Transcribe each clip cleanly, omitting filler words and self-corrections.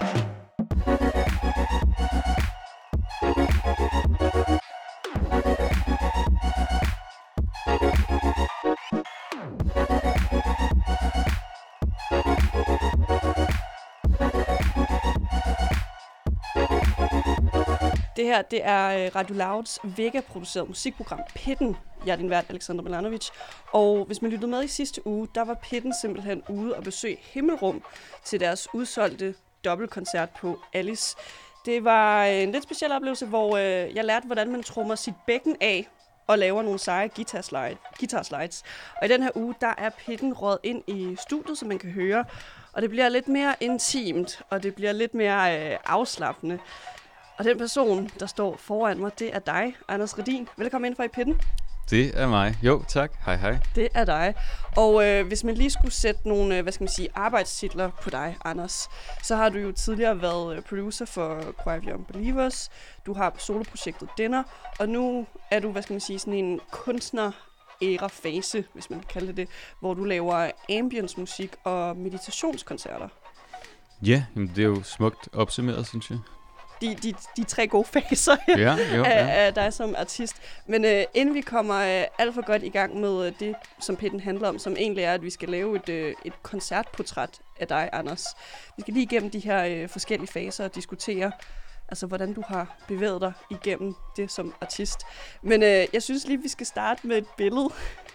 Det her, det er Radio Louds Vega-produceret musikprogram Pitten. Jeg er din vært, Alexandra Milanovic. Og hvis man lyttede med i sidste uge, der var Pitten simpelthen ude og besøge Himmelrum til deres udsolgte dobbeltkoncert på Alice. Det var en lidt speciel oplevelse, hvor jeg lærte, hvordan man trommer sit bækken af og laver nogle seje guitar slides. Og i den her uge, der er Pitten røget ind i studiet, som man kan høre. Og det bliver lidt mere intimt, og det bliver lidt mere afslappende. Og den person, der står foran mig, det er dig, Anders Redin. Velkommen ind for i Pitten. Det er mig. Jo, tak. Hej, hej. Det er dig. Og hvis man lige skulle sætte nogle, arbejdstitler på dig, Anders, så har du jo tidligere været producer for Choir of Young Believers. Du har soloprojektet Dinner, og nu er du, sådan en kunstner-æra-fase, hvis man kan kalde det, hvor du laver ambience-musik og meditationskoncerter. Ja, det er jo smukt opsummeret, synes jeg. De tre gode faser af dig som artist. Men inden vi kommer alt for godt i gang med det, som Pitten handler om, som egentlig er, at vi skal lave et koncertportræt af dig, Anders. Vi skal lige igennem de her forskellige faser og diskutere, altså hvordan du har bevæget dig igennem det som artist. Men jeg synes lige, vi skal starte med et billede.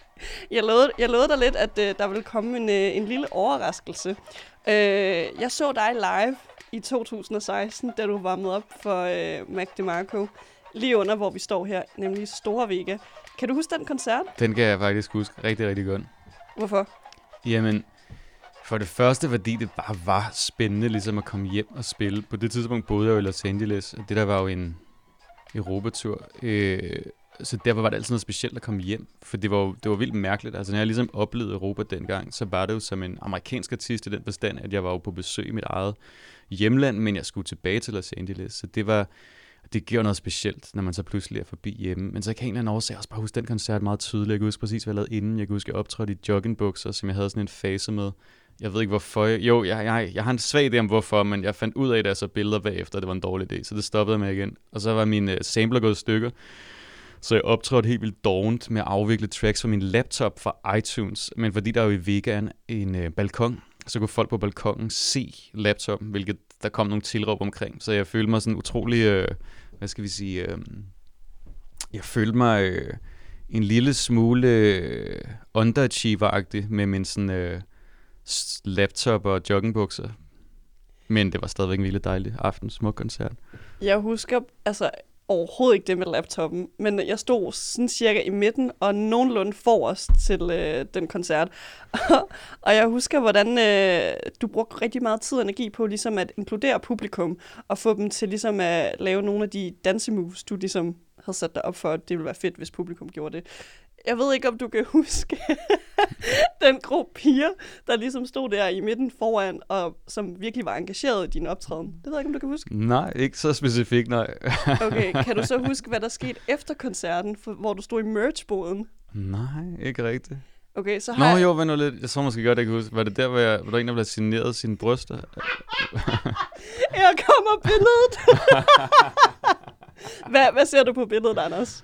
Jeg lovede dig lidt, at der ville komme en lille overraskelse. Jeg så dig live i 2016, da du varmede op for Mac DeMarco, lige under, hvor vi står her, nemlig Store Vega. Kan du huske den koncert? Den kan jeg faktisk huske rigtig, rigtig godt. Hvorfor? Jamen, for det første, fordi det bare var spændende ligesom at komme hjem og spille. På det tidspunkt boede jeg jo i Los Angeles, og det der var jo en Europatur. Så derfor var det altid noget specielt at komme hjem, for det var vildt mærkeligt. Altså, når jeg ligesom oplevede Europa dengang, så var det jo som en amerikansk artist i den forstand, at jeg var jo på besøg i mit eget hjemland, men jeg skulle tilbage til Los Angeles. Så det gjorde noget specielt, når man så pludselig er forbi hjemme. Men så kan en eller anden årsag også bare huske den koncert meget tydeligt. Jeg kan huske præcis, hvad jeg lavede inden. Jeg kan huske, at jeg optrådte i joggingbukser, som jeg havde sådan en fase med. Jeg ved ikke hvorfor. Jeg har en svag idé om hvorfor, men jeg fandt ud af, at jeg så billeder bagefter, og det var en dårlig idé. Så det stoppede mig igen. Og så var mine sampler gået i stykker. Så jeg optrådte helt vildt dovent med at afvikle tracks fra min laptop fra iTunes. Men fordi der jo i Vegaen en balkon, så kunne folk på balkonen se laptopen, hvilket der kom nogle tilråb omkring. Så jeg følte mig sådan utrolig, jeg følte mig en lille smule underachiever-agtig med min sådan laptop og joggingbukser. Men det var stadigvæk en vildt dejlig aften, smuk koncert. Jeg husker overhovedet ikke det med laptoppen, men jeg stod sådan cirka i midten og nogenlunde forrest til den koncert. Og jeg husker, hvordan du brugte rigtig meget tid og energi på ligesom at inkludere publikum og få dem til ligesom at lave nogle af de dansemoves, du ligesom havde sat dig op for, at det ville være fedt, hvis publikum gjorde det. Jeg ved ikke, om du kan huske den gruppe piger, der ligesom stod der i midten foran, og som virkelig var engageret i din optræden. Det ved jeg ikke, om du kan huske. Nej, ikke så specifikt, nej. Okay, kan du så huske, hvad der skete efter koncerten, hvor du stod i merchboden? Nej, ikke rigtigt. Okay, så har jo, men lidt. Jeg tror måske godt, jeg kan huske. Var det der, hvor der en, der blev signeret sine bryster? Her kommer billedet. Hvad ser du på billedet, Anders?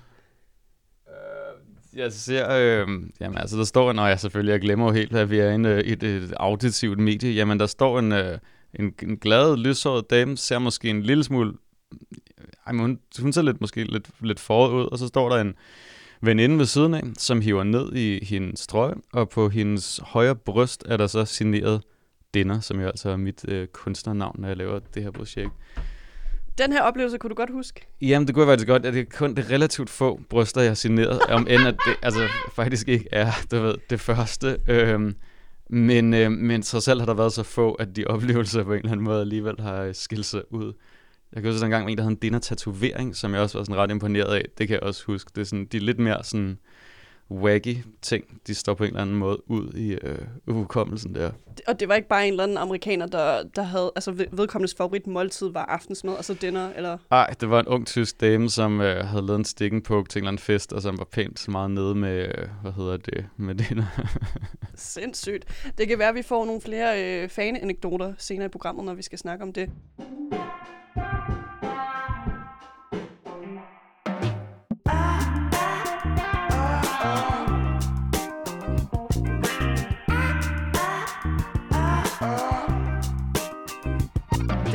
Jeg ser, der står jeg glemmer jo helt, at vi er et auditivt medie. Jamen, der står en glad, lyshåret dame, ser måske en lille smule, hun ser lidt forud ud, og så står der en veninde ved siden af, som hiver ned i hendes trøje, og på hendes højre bryst er der så signeret Dinner, som jo altså er mit kunstnernavn, når jeg laver det her projekt. Den her oplevelse kunne du godt huske? Jamen, det kunne jeg faktisk godt. At det er kun det relativt få bryster, jeg har signeret, om end at det faktisk ikke er det første. Men trods alt har der været så få, at de oplevelser på en eller anden måde alligevel har skilt sig ud. Jeg kan huske en gang en, der havde en dinner-tatovering, som jeg også var sådan ret imponeret af. Det kan jeg også huske. Det er sådan, de er lidt mere sådan waggy ting, de står på en eller anden måde ud i hukommelsen der. Og det var ikke bare en eller anden amerikaner, der havde, altså vedkommendes favoritmåltid var aftensmad, altså dinner, eller? Nej, det var en ung tysk dame, som havde lavet en stick and poke til en eller anden fest, og som var pænt så meget nede med, med dinner. Sindssygt. Det kan være, at vi får nogle flere fananekdoter senere i programmet, når vi skal snakke om det.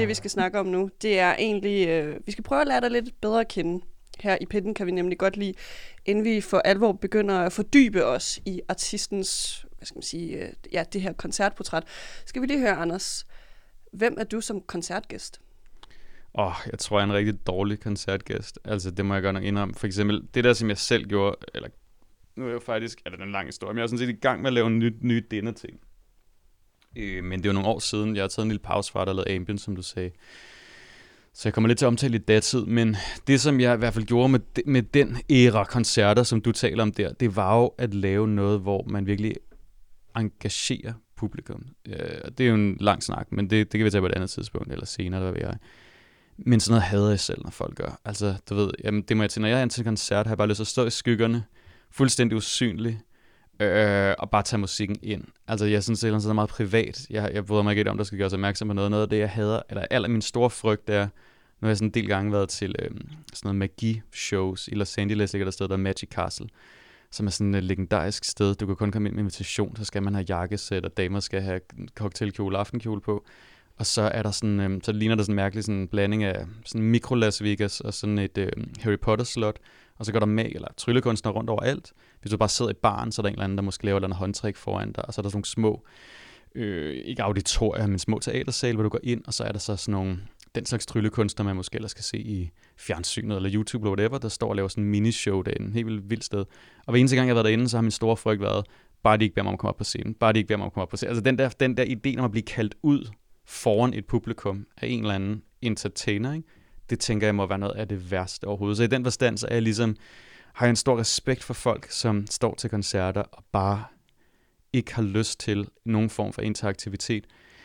det, vi skal snakke om nu. Det er egentlig, vi skal prøve at lære dig lidt bedre at kende. Her i Pitten kan vi nemlig godt lide, inden vi for alvor begynder at fordybe os i artistens, det her koncertportræt. Skal vi lige høre, Anders, hvem er du som koncertgæst? Jeg tror, jeg er en rigtig dårlig koncertgæst. Altså, det må jeg godt nok indrømme. For eksempel, det der, som jeg selv gjorde, eller nu er jeg jo faktisk, det er en lang historie, men jeg er sådan set i gang med at lave en ny dinner-ting. Men det er jo nogle år siden, jeg har taget en lille pause fra det og lavet ambient, som du sagde. Så jeg kommer lidt til at omtale i datid, men det, som jeg i hvert fald gjorde med den æra koncerter, som du taler om der, det var jo at lave noget, hvor man virkelig engagerer publikum. Det er jo en lang snak, men det kan vi tage på et andet tidspunkt, eller senere, hvad ved jeg. Men sådan noget hader jeg selv, når folk gør. Altså, du ved, jamen, det må jeg til, når jeg er til en koncert, har jeg bare lyst til at stå i skyggerne, fuldstændig usynlig, og bare tage musikken ind. Altså, jeg synes, det er så meget privat. Jeg bryder mig ikke om, der skal gøres opmærksom på noget. Noget af det, jeg hader, eller min store frygt, er, nu har jeg sådan en del gange været til sådan noget magi-shows. I Los Angeles ligger der sted, der er Magic Castle, som er sådan et legendarisk sted. Du kan kun komme ind med invitation, så skal man have jakkesæt, og damer skal have cocktailkjole, aftenkjole på. Og så er der sådan, så ligner der sådan en mærkelig sådan blanding af sådan mikro Las Vegas og sådan et Harry Potter slot. Og så går der eller tryllekunstnere rundt over alt. Hvis du bare sidder i baren, så er der en eller anden, der måske laver et eller andet håndtræk foran dig. Og så er der sådan nogle små, ikke auditorier, men små teatersal, hvor du går ind, og så er der så sådan nogle, den slags tryllekunstnere, man måske ellers skal se i fjernsynet eller YouTube eller whatever, der står og laver sådan en minishow derinde. En helt vildt sted. Og hver eneste gang, jeg har været derinde, så har min store frygt været, bare de ikke beder mig om at komme op på scenen. Altså den der idé om at blive kaldt ud foran et publikum af en eller anden entertainer, ikke? Det tænker jeg må være noget af det værste overhovedet. Så i den forstand, så er jeg har jeg en stor respekt for folk, som står til koncerter og bare ikke har lyst til nogen form for interaktivitet.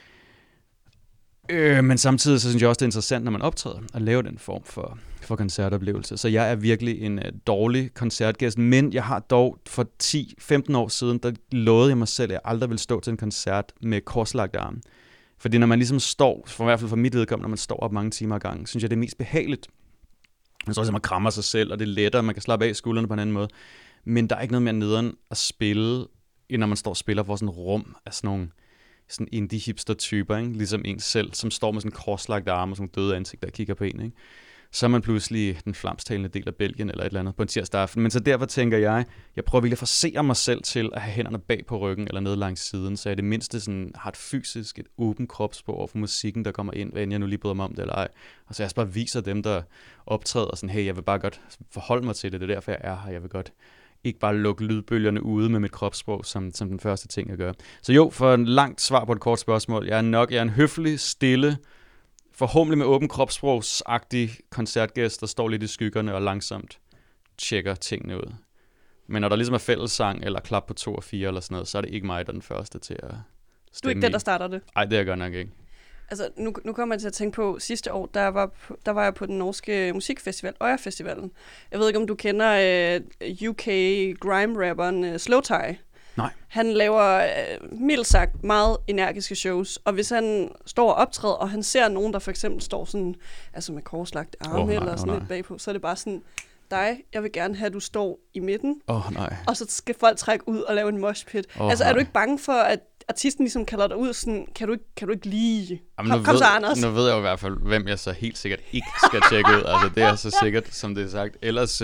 Men samtidig så synes jeg også, det er interessant, når man optræder, at lave den form for koncertoplevelse. Så jeg er virkelig en dårlig koncertgæst, men jeg har dog for 10-15 år siden, der lovede jeg mig selv, at jeg aldrig ville stå til en koncert med korslagte arme. Fordi når man ligesom står, for i hvert fald for mit vedkommende, når man står op mange timer ad gangen, synes jeg, det er mest behageligt. Man står, at man krammer sig selv, og det er lettere, man kan slappe af i skuldrene på en anden måde. Men der er ikke noget mere nederen at spille, end når man står og spiller for sådan et rum af sådan nogle sådan indie-hipster-typer, ikke? Ligesom en selv, som står med sådan en korslagte arme og sådan nogle døde ansigter, der kigger på en, ikke? Så er man pludselig den flamstalende del af Belgien eller et eller andet på en tirsdag aften. Men så derfor tænker jeg prøver virkelig at forsere mig selv til at have hænderne bag på ryggen eller nede langs siden, så jeg det mindste sådan har et fysisk, et åbent kropssprog over for musikken, der kommer ind, hvad end jeg nu lige bryder mig om det eller ej. Og så jeg bare viser dem, der optræder sådan, hey, jeg vil bare godt forholde mig til det, det er derfor jeg er her, jeg vil godt ikke bare lukke lydbølgerne ude med mit kropssprog, som den første ting, jeg gør. Så jo, for en langt svar på et kort spørgsmål, jeg er en høflig, stille, forhåbentlig med åben kropssprogsagtig koncertgæst, der står lidt i skyggerne og langsomt tjekker tingene ud. Men når der ligesom er fællessang eller klap på 2 og 4 eller sådan noget, så er det ikke mig, der er den første til at stemme. Du er ikke den, der starter det? Nej, det er jeg godt nok ikke. Altså, nu kommer jeg til at tænke på, sidste år, der var jeg på den norske musikfestival, Øya Festivalen. Jeg ved ikke, om du kender UK grime-rapperen Slowthai. Nej. Han laver mildt sagt meget energiske shows, og hvis han står og optræder, og han ser nogen, der for eksempel står sådan, altså med korslagt arme eller sådan lidt bagpå, så er det bare sådan, jeg vil gerne have, at du står i midten, og så skal folk trække ud og lave en moshpit. Altså, er du ikke bange for, at artisten ligesom kalder dig ud sådan, kan du ikke lige... Kom så, Anders. Nu ved jeg jo i hvert fald, hvem jeg så helt sikkert ikke skal tjekke ud. Altså, det er så sikkert, som det er sagt. Ellers...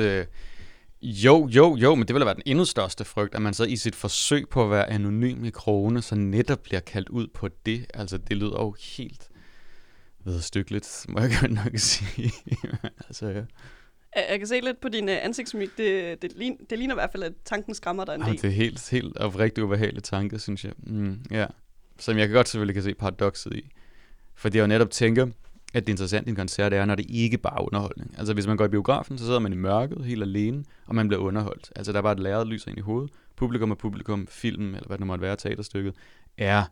Jo, men det ville være den endnu største frygt, at man så i sit forsøg på at være anonym i krogene, så netop bliver kaldt ud på det. Altså, det lyder jo helt vederstykkeligt, må jeg godt nok sige. Altså, ja. Jeg kan se lidt på din ansigtsmyg. Det ligner i hvert fald, at tanken skræmmer dig en del. Det er helt oprigtigt ubehagelig tanke, synes jeg. Ja. Som jeg godt selvfølgelig kan se paradokset i. Fordi jeg jo netop tænker, at det interessante i en koncert er, når det ikke bare er underholdning. Altså hvis man går i biografen, så sidder man i mørket helt alene, og man bliver underholdt. Altså der er bare et lærred lyser ind i hovedet. Publikum, film, eller hvad det nu måtte være, teaterstykket, er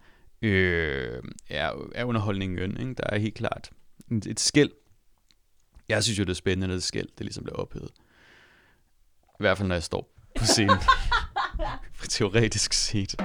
underholdningen, ikke? Der er helt klart et skel. Jeg synes jo, det er spændende, når det skel, det ligesom bliver ophævet. I hvert fald, når jeg står på scenen. Teoretisk set.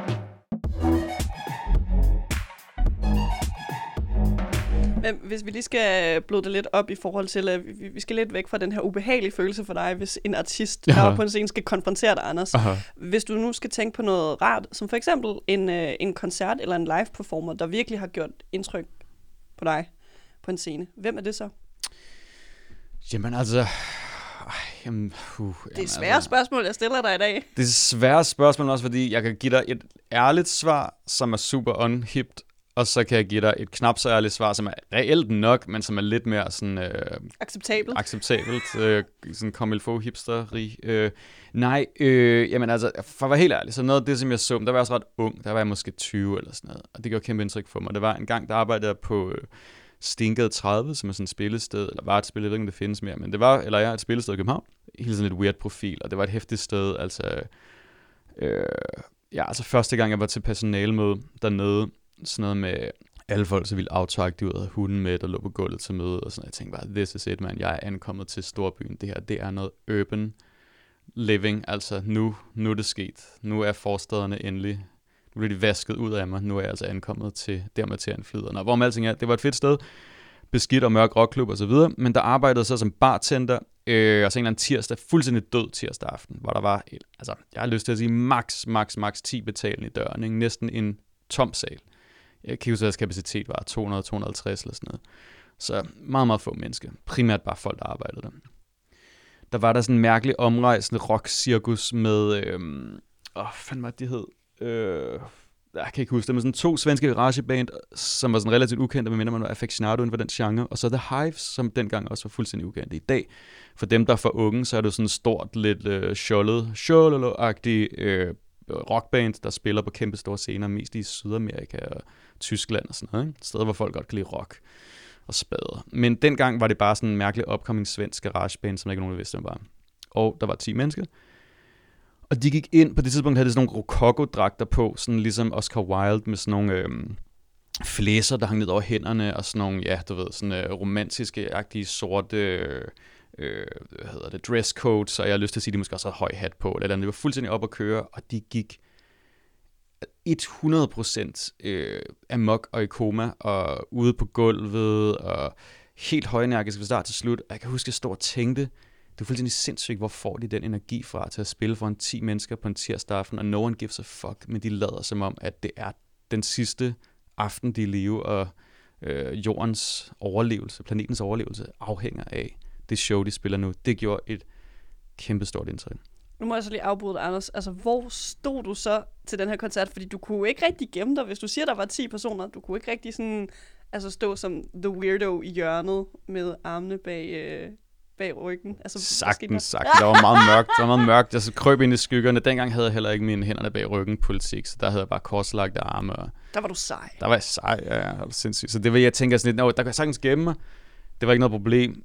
Men hvis vi lige skal bløde det lidt op i forhold til, at vi skal lidt væk fra den her ubehagelige følelse for dig, hvis en artist der på en scene skal konfrontere dig, Anders. Aha. Hvis du nu skal tænke på noget rart, som for eksempel en koncert eller en live performer, der virkelig har gjort indtryk på dig, på en scene. Hvem er det så? Jamen altså... det er svære spørgsmål, jeg stiller dig i dag. Det er svære spørgsmål også, fordi jeg kan give dig et ærligt svar, som er super unhipped, og så kan jeg give dig et knap så ærligt svar, som er reelt nok, men som er lidt mere sådan... acceptabelt. Sådan comme il faut hipsteri. Jamen altså, for at være helt ærlig, så noget af det, som jeg så, der var jeg også ret ung, der var jeg måske 20 eller sådan noget, og det gjorde kæmpe indtryk for mig. Det var en gang, der arbejdede jeg på Stengade 30, som er sådan et spillested, eller var et spil, jeg ved ikke, om det findes mere, men det var, et spillested i København, helt sådan et weird profil, og det var et hæftigt sted, altså... altså første gang, jeg var til personalemøde dernede, sådan noget med alle folk så vildt autoagtive ud af hunden med, der lå på gulvet til møde, og sådan noget. Jeg tænkte bare, this is it, man. Jeg er ankommet til storbyen. Det her, det er noget urban living. Altså, nu er det sket. Nu er forstederne endelig, nu bliver de vasket ud af mig. Nu er jeg altså ankommet til dermaterian flyder. Hvor med alting er, det var et fedt sted. Beskidt og mørk rockklub og så videre. Men der arbejdede så som bartender, og så en eller anden tirsdag, fuldstændig død tirsdag aften, hvor der var, jeg har lyst til at sige, max 10 betalende i døren. Ikke? Næsten en tom sal. Jeg kan huske, at kapacitet var 200-250 eller sådan noget. Så meget, meget få mennesker. Primært bare folk, der arbejdede der. Der var der sådan en mærkelig omrejsende rock-cirkus med... fanden var det, de hed? Jeg kan ikke huske det, men sådan 2 svenske garageband, som var sådan relativt ukendte, medmindre man var aficionado inden for den genre. Og så The Hives, som dengang også var fuldstændig ukendte. I dag, for dem, der er for unge, så er det sådan stort, lidt sjollet-agtigt rockband, der spiller på kæmpe store scener, mest i Sydamerika og Tyskland og sådan noget. Ikke? Steder, hvor folk godt kan lide rock og spader. Men dengang var det bare sådan en mærkelig upcoming svensk garageband, som ikke nogen vidste, hvad var. Og der var 10 mennesker. Og de gik ind, på det tidspunkt havde de sådan nogle rokoko-dragter på, sådan ligesom Oscar Wilde med sådan nogle flæser, der hang ned over hænderne, og sådan nogle, sådan romantiske-agtige sorte... dresscodes, og jeg har lyst til at sige, at de måske også havde høj hat på, eller det var fuldstændig op at køre, og de gik 100% amok og i koma, og ude på gulvet, og helt højnærkisk fra start til slut. Jeg kan huske, at jeg stod og tænkte, det er fuldstændig sindssygt, hvor får de den energi fra til at spille foran 10 mennesker på en tirsdag aften, og no one gives a fuck, men de lader som om, at det er den sidste aften, de lever, og jordens overlevelse, planetens overlevelse, afhænger af det show, de spiller nu. Det gjorde et kæmpestort indtryk. Nu må jeg så lige afbryde dig, Anders. Altså, hvor stod du så til den her koncert? Fordi du kunne ikke rigtig gemme dig, hvis du siger, der var 10 personer. Du kunne ikke rigtig sådan, stå som the weirdo i hjørnet med armene bag ryggen. Altså, sagtens. Der var meget mørkt. Jeg så krøb ind i skyggerne. Dengang havde jeg heller ikke mine hænderne bag ryggen politik, så der havde jeg bare korslagte arme. Der var du sej. Der var jeg sej, ja. Det var sindssygt. Så det vil jeg tænke sådan lidt, der kan jeg sagtens gemme mig. Det var ikke noget problem.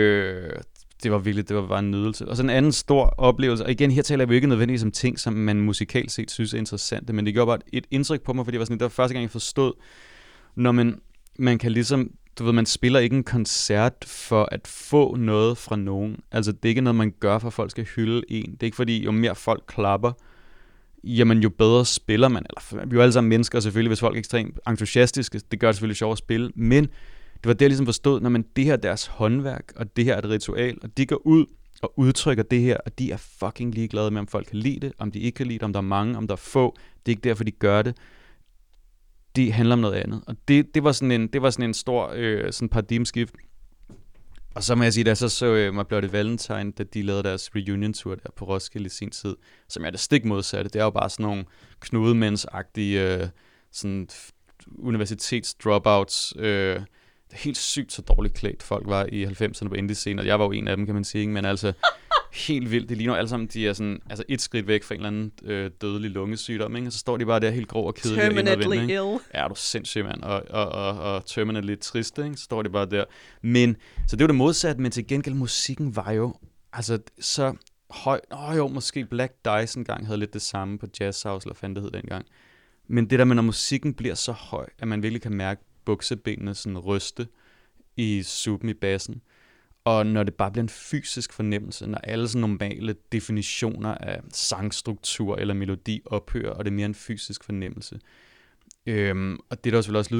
Det var virkelig, det var bare en nydelse. Og så en anden stor oplevelse, og igen, her taler vi ikke nødvendigvis om ting, som man musikalt set synes er interessante, men det gjorde bare et indtryk på mig, fordi det var første gang, jeg forstod, når man kan ligesom, man spiller ikke en koncert for at få noget fra nogen. Altså, det er ikke noget, man gør, for at folk skal hylde en. Det er ikke fordi, jo mere folk klapper, jamen jo bedre spiller man. Eller, vi er jo alle sammen mennesker, selvfølgelig, hvis folk er ekstremt entusiastiske, det gør det selvfølgelig sjovt at spille, men det var det, jeg ligesom forstod, når man det her er deres håndværk, og det her er et ritual, og de går ud og udtrykker det her, og de er fucking ligeglade med, om folk kan lide det, om de ikke kan lide det, om der er mange, om der er få. Det er ikke derfor, de gør det. Det handler om noget andet. Og det var sådan en stor sådan paradigmeskift. Og så må jeg sige, da jeg så mig blev det Valentine, da de lavede deres reunion-tour der på Roskilde i sin tid, som er det stik modsatte. Det er jo bare sådan nogle knudemændsagtige sådan universitets-dropouts. Det er helt sygt så dårligt klædt folk var i 90'erne på indie-scenen, og jeg var jo en af dem, kan man sige, men altså helt vildt. Det ligner alle sammen, de er sådan, altså et skridt væk fra en eller anden dødelig lungesygdom, ikke? Og så står de bare der helt grov og kedelig. Terminally ill. Ja, du er sindssyg, mand. Og terminally triste, ikke? Så står de bare der. Men, så det var det modsatte, men til gengæld musikken var jo, altså så høj. Måske Black Dice engang havde lidt det samme på Jazz House, eller fandt det hed dengang. Men det der med, når musikken bliver så høj, at man virkelig kan mærke buksebenene sådan ryste i suppen i bassen. Og når det bare bliver en fysisk fornemmelse, når alle sådan normale definitioner af sangstruktur eller melodi ophører, og det er mere en fysisk fornemmelse. Og det er der selvfølgelig også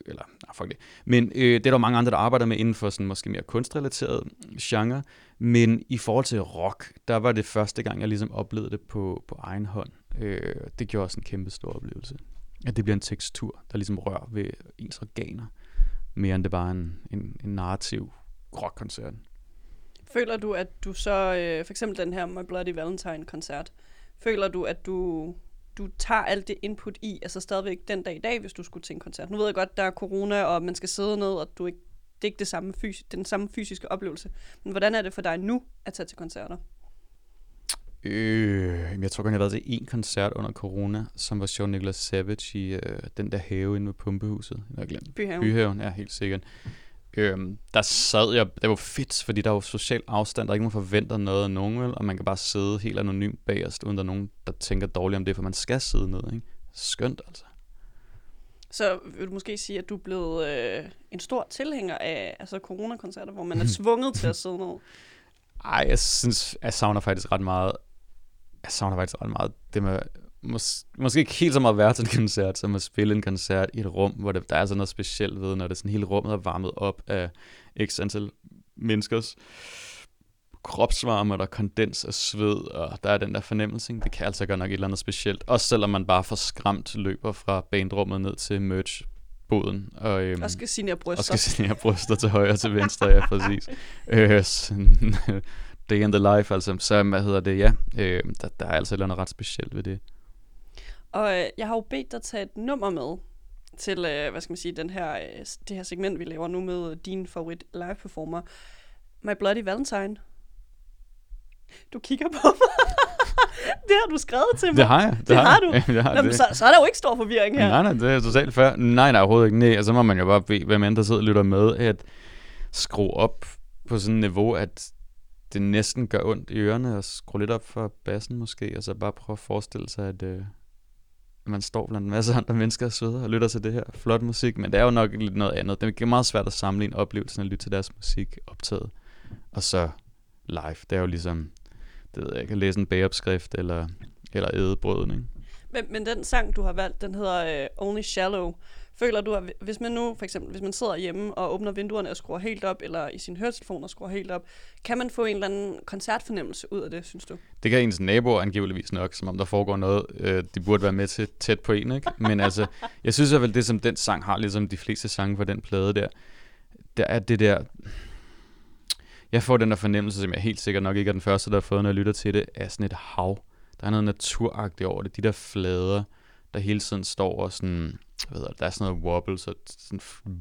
Men det er der mange andre, der arbejder med inden for sådan måske mere kunstrelateret genre. Men i forhold til rock, der var det første gang, jeg ligesom oplevede det på egen hånd. Det gjorde også en kæmpe stor oplevelse. At det bliver en tekstur, der ligesom rører ved ens organer. mere end det bare en narrativ rockkoncert. Føler du, at du så, for eksempel den her My Bloody Valentine-koncert, føler du, at du tager alt det input i, altså stadigvæk den dag i dag, hvis du skulle til en koncert? Nu ved jeg godt, der er corona, og man skal sidde ned, og det er ikke den samme fysiske oplevelse. Men hvordan er det for dig nu at tage til koncerter? Jeg tror godt, jeg har været til en koncert under corona, som var Shawn Nicholas Savage i den der have inde ved Pumpehuset. Jeg har glemt. Byhaven, ja, helt sikkert. Der sad jeg, det var fedt, fordi der var social afstand, der er ikke nogen forventer noget af nogen, vel? Og man kan bare sidde helt anonymt bagerst, uden der er nogen, der tænker dårligt om det, for man skal sidde ned, ikke? Skønt, altså. Så vil du måske sige, at du er blevet en stor tilhænger af altså coronakoncerter, hvor man er tvunget til at sidde ned? Ej, jeg synes, jeg savner faktisk ret meget det med, måske ikke helt så meget værd til en koncert, som at spille en koncert i et rum, hvor der er sådan noget specielt ved, når det sådan hele rummet er varmet op af x antal menneskers kropsvarme, og der er kondens og sved, og der er den der fornemmelse. Det kan altså godt nok et eller andet specielt. Også selvom man bare for skræmt løber fra bandrummet ned til merch-boden. Og skal signere bryster til højre og til venstre, ja, præcis. Day in the life, altså. Så hvad hedder det, ja. Der er altså et eller andet ret specielt ved det. Og jeg har jo bedt dig tage et nummer med til, hvad skal man sige, det her segment, vi laver nu med din favorit live performer, My Bloody Valentine. Du kigger på mig. Det har du skrevet til mig. Det har jeg. Det har du. Nå, så er der jo ikke stor forvirring her. Nej, det er totalt fair. Nej, overhovedet ikke. Nej, og så må man jo bare bede, hvem end der sidder og lytter med, at skrue op på sådan et niveau, at det næsten gør ondt i ørerne, og skrue lidt op for bassen måske, og så bare prøve at forestille sig, at man står blandt en masse andre mennesker og sidder og lytter til det her flot musik, men det er jo nok lidt noget andet. Det er meget svært at sammenligne oplevelsen at lytte til deres musik optaget, og så live. Det er jo ligesom, det ved jeg ikke, at læse en bagopskrift eller æde brøden, ikke? Men den sang, du har valgt, den hedder Only Shallow. Føler du, at hvis man nu, for eksempel, hvis man sidder hjemme og åbner vinduerne og skruer helt op, eller i sin høretelefoner skruer helt op, kan man få en eller anden koncertfornemmelse ud af det, synes du? Det kan ens naboer angiveligvis nok, som om der foregår noget, de burde være med til tæt på en, ikke? Men altså, jeg synes vel, det som den sang har, ligesom de fleste sange fra den plade der er det der. Jeg får den der fornemmelse, som jeg helt sikkert nok ikke er den første, der har fået, når jeg lytter til det, af sådan et hav. Der er noget naturagtigt over det. De der flader, der hele tiden står og sådan, der er sådan noget wobble, så sådan,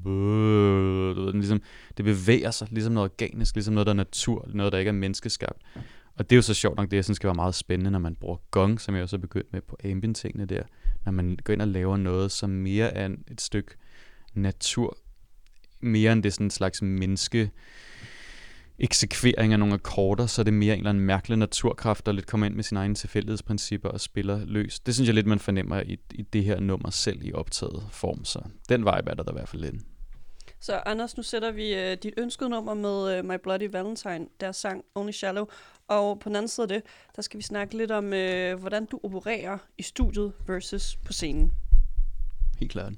ligesom, det bevæger sig, ligesom noget organisk, ligesom noget, der er natur, noget, der ikke er menneskeskabt. Og det er jo så sjovt nok, det jeg synes skal være meget spændende, når man bruger gong, som jeg også har begyndt med på ambient-tingene der, når man går ind og laver noget, som mere er et stykke natur, mere end det er sådan en slags menneske eksekvering af nogle akkorder, så er det mere en eller anden mærkelig naturkraft, der lidt kommer ind med sine egne tilfældighedsprincipper og spiller løs. Det synes jeg lidt, man fornemmer i det her nummer selv i optaget form, så den vibe er der i hvert fald lidt. Så Anders, nu sætter vi dit ønskede nummer med My Bloody Valentine, der sang Only Shallow, og på den anden side af det, der skal vi snakke lidt om, hvordan du opererer i studiet versus på scenen. Helt klart.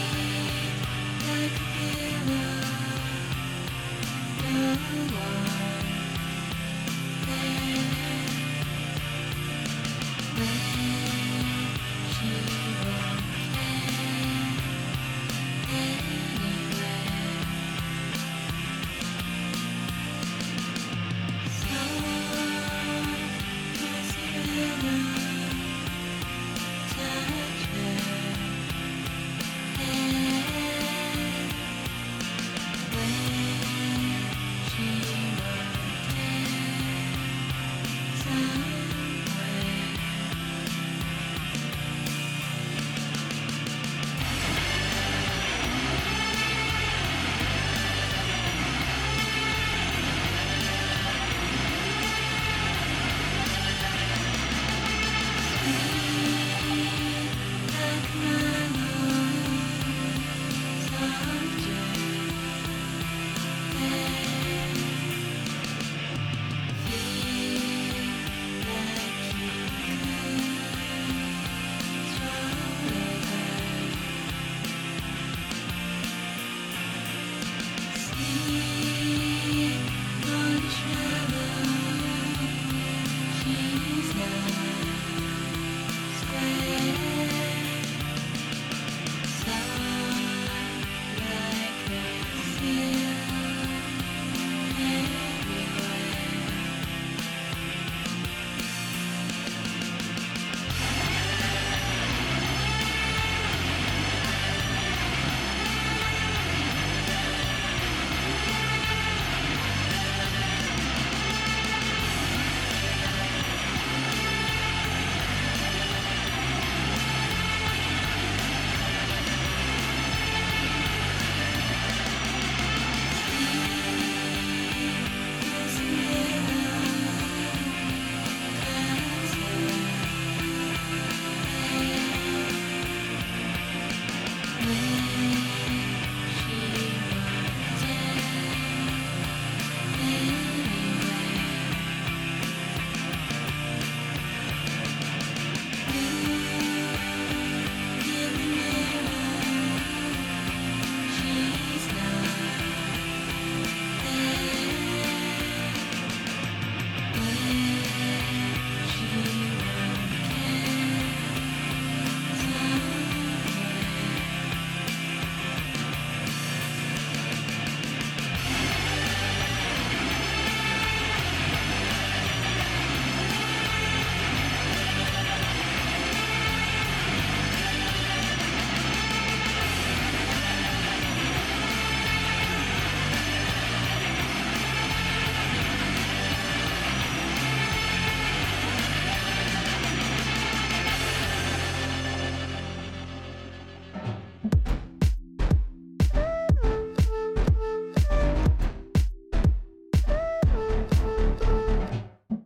Like a hero,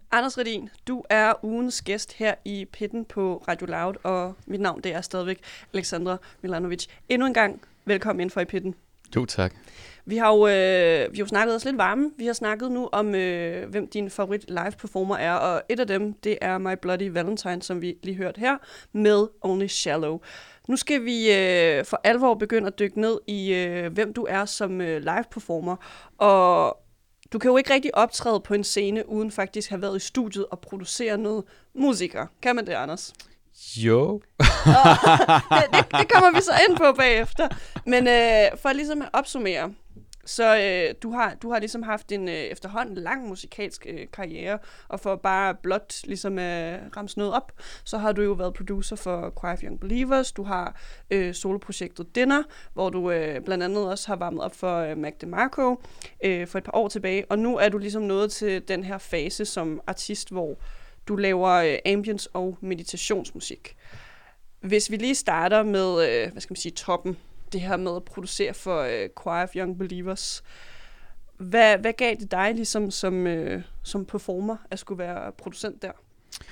Anders Redin, du er ugens gæst her i Pitten på Radio Loud, og mit navn det er stadigvæk Alexandra Milanovic. Endnu en gang, velkommen ind for i Pitten. Jo, tak. Vi har jo snakket os lidt varme. Vi har snakket nu om, hvem din favorit live performer er, og et af dem, det er My Bloody Valentine, som vi lige hørte her, med Only Shallow. Nu skal vi for alvor begynde at dykke ned i, hvem du er som live performer, og du kan jo ikke rigtig optræde på en scene, uden faktisk have været i studiet og producere noget musiker. Kan man det, Anders? Jo. det kommer vi så ind på bagefter. Men for ligesom at opsummere, så du har ligesom haft en efterhånden lang musikalsk karriere, og for bare blot ligesom ramse noget op, så har du jo været producer for Choir of Young Believers, du har soloprojektet Dinner, hvor du blandt andet også har varmet op for Mac DeMarco for et par år tilbage, og nu er du ligesom nået til den her fase som artist, hvor du laver ambience og meditationsmusik. Hvis vi lige starter med, toppen, det her med at producere for Choir of Young Believers. Hvad gav det dig ligesom som performer at skulle være producent der?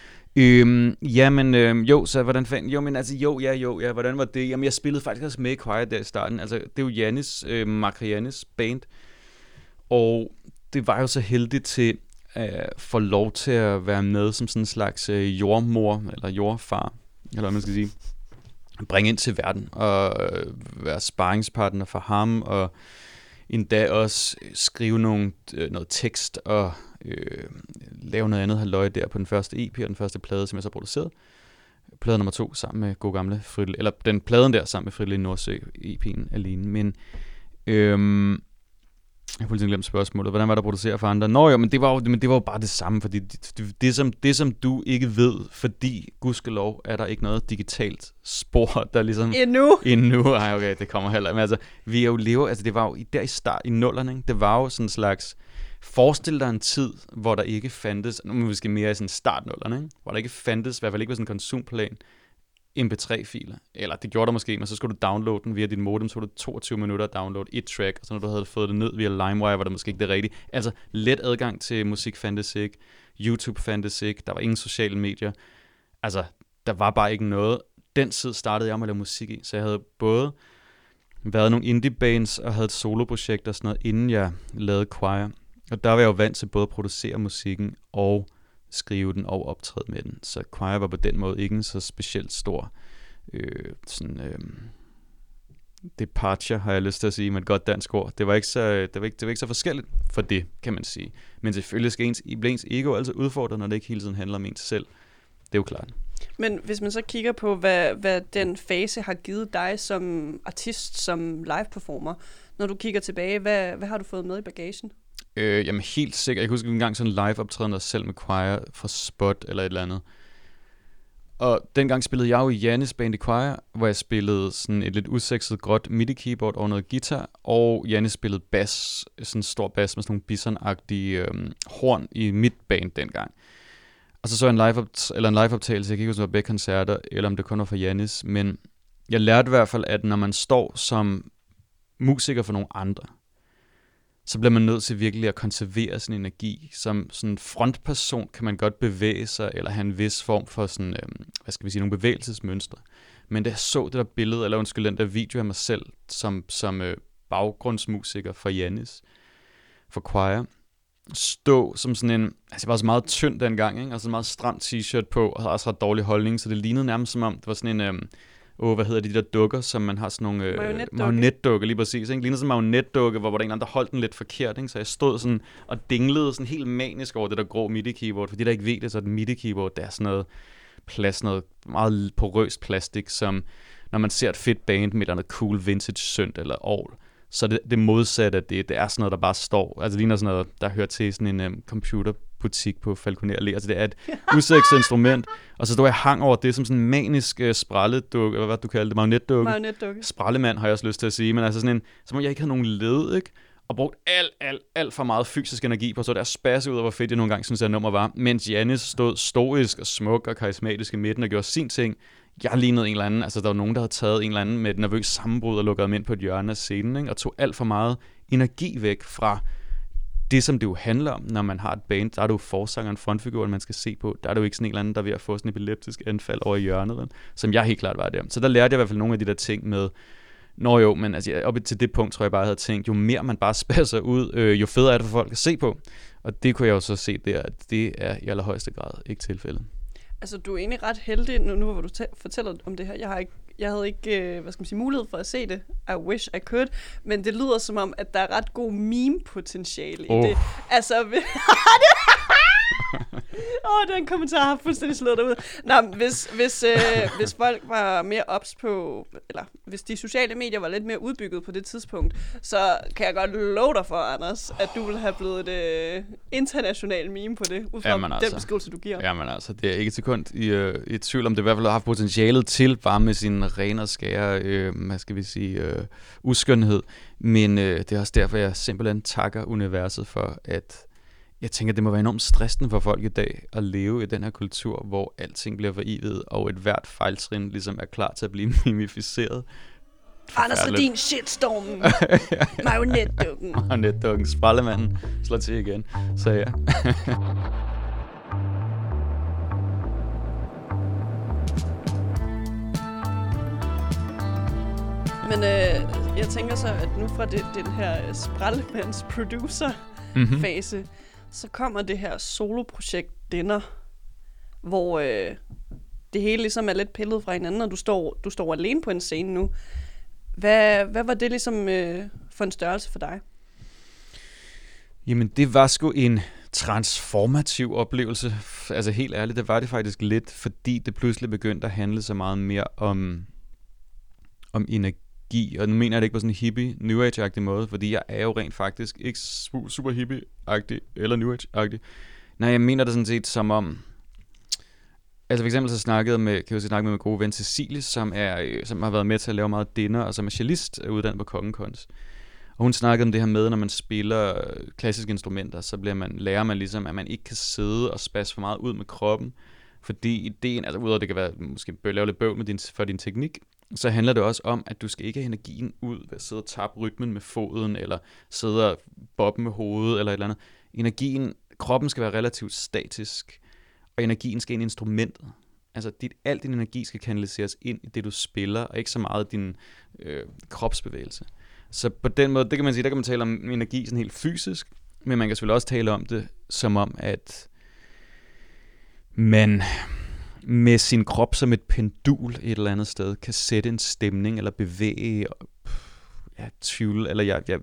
Hvordan var det? Jamen, jeg spillede faktisk også med i Choir der i starten. Altså, det er jo Jannis, Mark band, og det var jo så heldigt til at få lov til at være med som sådan en slags jordmor, eller jordfar, eller hvad man skal sige. Bringe ind til verden og være sparringspartner for ham, og endda også skrive noget tekst og lave noget andet halløj der på den første EP og den første plade, som jeg så produceret. Plade nummer 2 sammen med god gamle den pladen der sammen med Fridtlind Nordsø, EP'en alene. Men jeg har fuldstændig glemt spørgsmålet. Hvordan var der at producere for andre? Nå jo, men det var jo bare det samme, fordi det som du ikke ved, fordi gudskelov er der ikke noget digitalt spor, der ligesom... Endnu. Ej, okay, det kommer heller. Men altså, vi er jo lever, altså det var jo der i start, i nullerne, ikke? Det var jo sådan en slags... Forestil dig en tid, hvor der ikke fandtes, nu må vi skal mere i sådan startnullerne, ikke? Hvor der ikke fandtes, i hvert fald ikke var sådan en konsumplan, MP3-filer, eller det gjorde der måske, men så skulle du downloade den via dit modem, så var det 22 minutter at downloade et track, og så når du havde fået det ned via LimeWire, var det måske ikke det rigtige. Altså let adgang til musik fandtes ikke, YouTube fandtes ikke, der var ingen sociale medier, altså der var bare ikke noget. Den tid startede jeg med at lave musik i, så jeg havde både været nogle indie bands og havde et soloprojekt og sådan noget, inden jeg lavede Choir, og der var jeg jo vant til både at producere musikken og skrive den og optræde med den. Så Choir var på den måde ikke en så specielt stor departure, har jeg lyst til at sige med et godt dansk ord. Det var ikke så forskelligt for det, kan man sige. Men selvfølgelig skal ens ego altså udfordre, når det ikke hele tiden handler om ens selv. Det er jo klart. Men hvis man så kigger på, hvad den fase har givet dig som artist, som live-performer, når du kigger tilbage, hvad har du fået med i bagagen? Jamen helt sikkert. Jeg kan huske en gang sådan en live-optræden der selv med Choir fra Spot eller et eller andet. Og dengang spillede jeg jo i Jannis band i Choir, hvor jeg spillede sådan et lidt usekset gråt MIDI-keyboard og noget guitar, og Jannis spillede bass, sådan en stor bass med sådan nogle bison-agtige horn i mit band dengang. Og så en live-optagelse, jeg kan ikke huske, om det var begge koncerter, eller om det kun var for Jannis, men jeg lærte i hvert fald, at når man står som musiker for nogle andre, så bliver man nødt til virkelig at konservere sin energi. Som sådan en frontperson kan man godt bevæge sig, eller have en vis form for sådan, nogle bevægelsesmønstre. Men da jeg så det der billede, eller den der video af mig selv, som baggrundsmusiker for Jannis, for Choir, stå som sådan en, altså jeg var så meget tynd dengang, ikke? Og så en meget stram t-shirt på, og også ret dårlig holdning, så det lignede nærmest som om, det var sådan en... hvad hedder de der dukker, som man har sådan nogle... marionetdukker, lige præcis. Ikke? Lignede sådan en marionetdukke, hvor der en eller anden, der holdt den lidt forkert. Ikke? Så jeg stod sådan og dinglede sådan helt manisk over det der grå MIDI-keyboard. For de der ikke ved det, så er et MIDI-keyboard, der er sådan noget meget porøst plastik, som når man ser et fedt band med noget cool vintage synt eller orgel, så det modsatte af det er sådan noget, der bare står. Altså det ligner sådan noget, der hører til sådan en computerbutik på Falconer Allé. Altså det er et usekset instrument. Og så stod jeg hang over det som sådan en manisk sprælledukke, eller hvad du kalder det, marionetdukke. Sprællemand har jeg også lyst til at sige, men altså sådan en, som om jeg ikke havde nogen led, ikke? Og brugt alt for meget fysisk energi på, så der spasse ud af, hvor fedt jeg nogle gange synes, at nummer var. Mens Jannis stod stoisk og smuk og karismatisk i midten og gjorde sin ting. Jeg lignede en eller anden, altså der var nogen, der havde taget en eller anden med et nervøst sammenbrud og lukket ham ind på et hjørne af scenen, ikke? Og tog alt for meget energi væk fra det, som det jo handler om, når man har et band, der er det jo forsangeren, frontfiguren, man skal se på. Der er det jo ikke sådan en eller anden, der er ved at få sådan en epileptisk anfald over i hjørnet, som jeg helt klart var der. Så der lærte jeg i hvert fald nogle af de der ting med, men altså, op til det punkt, tror jeg bare, jeg havde tænkt, jo mere man bare spasser ud, jo federe er det for folk at se på. Og det kunne jeg jo så se der, at det er i allerhøjeste grad ikke tilfældet. Altså, du er egentlig ret heldig, nu hvor du fortæller om det her. Jeg havde ikke mulighed for at se det. I wish I could. Men det lyder som om, at der er ret god meme-potentiale i det. Altså, den kommentar har fuldstændig slået derud. Nå, hvis folk var mere ops på, eller hvis de sociale medier var lidt mere udbygget på det tidspunkt, så kan jeg godt love dig for, Anders, at du ville have blevet et internationalt meme på det, ud fra den beskrivelse, du giver. Jamen altså, det er ikke et sekund i tvivl om, det i hvert fald har haft potentialet til, bare med sin ren og skære, uskønhed. Men det er også derfor, jeg simpelthen takker universet for, at jeg tænker, det må være enormt stressende for folk i dag at leve i den her kultur, hvor alting bliver forevigt, og et hvert fejltrin ligesom er klar til at blive mimificeret. Anders Redin, shitstormen, marionetdukken. Marionetdukken, sprallemanden, slår til igen, så ja. Men jeg tænker så, at nu fra den her sprallemands producer-fase, så kommer det her soloprojekt Dinner, hvor det hele ligesom er lidt pillet fra hinanden, og du står alene på en scene nu. Hvad var det ligesom for en størrelse for dig? Jamen, det var sgu en transformativ oplevelse. Altså helt ærligt, det var det faktisk lidt, fordi det pludselig begyndte at handle så meget mere om energi. Og nu mener jeg det ikke på sådan en hippie, New Age-agtig måde, fordi jeg er jo rent faktisk ikke super hippie-agtig eller New Age-agtig. Nej, jeg mener det sådan set som om, altså for eksempel så snakkede jeg med min gode ven Cecilie, som har været med til at lave meget Dinner, og som er cellist uddannet på Kongekunst. Og hun snakkede om det her med, når man spiller klassiske instrumenter, så lærer man ligesom, at man ikke kan sidde og spasse for meget ud med kroppen, fordi ideen, altså udover det kan være, måske lave lidt bøvl for din teknik, så handler det også om, at du skal ikke have energien ud ved at sidde og tappe rytmen med foden, eller sidde og bobbe med hovedet, eller et eller andet. Kroppen skal være relativt statisk, og energien skal ind i instrumentet. Altså, al din energi skal kanaliseres ind i det, du spiller, og ikke så meget din kropsbevægelse. Så på den måde, det kan man sige, der kan man tale om energi sådan helt fysisk, men man kan selvfølgelig også tale om det, som om, at man med sin krop som et pendul et eller andet sted kan sætte en stemning, eller bevæge, tvivl, eller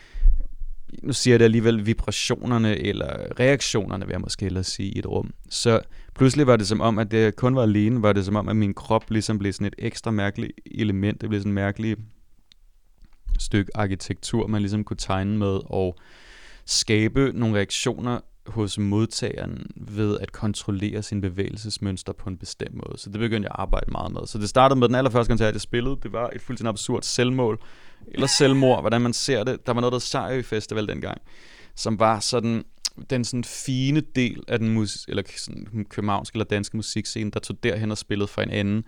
nu siger jeg det alligevel, vibrationerne eller reaktionerne, vil jeg måske ellers sige, i et rum. Så pludselig var det som om, at det kun var alene, var det som om, at min krop ligesom blev sådan et ekstra mærkeligt element, det blev sådan et mærkeligt stykke arkitektur, man ligesom kunne tegne med, og skabe nogle reaktioner hos modtageren ved at kontrollere sin bevægelsesmønster på en bestemt måde. Så det begyndte jeg at arbejde meget med. Så det startede med den allerførste koncert, jeg spillede. Det var et fuldstændig absurd selvmål, eller selvmord, hvordan man ser det. Der var noget, der Sejø Festival dengang, som var sådan den sådan fine del af den københavnske eller danske musikscene, der tog derhen og spillede for en anden.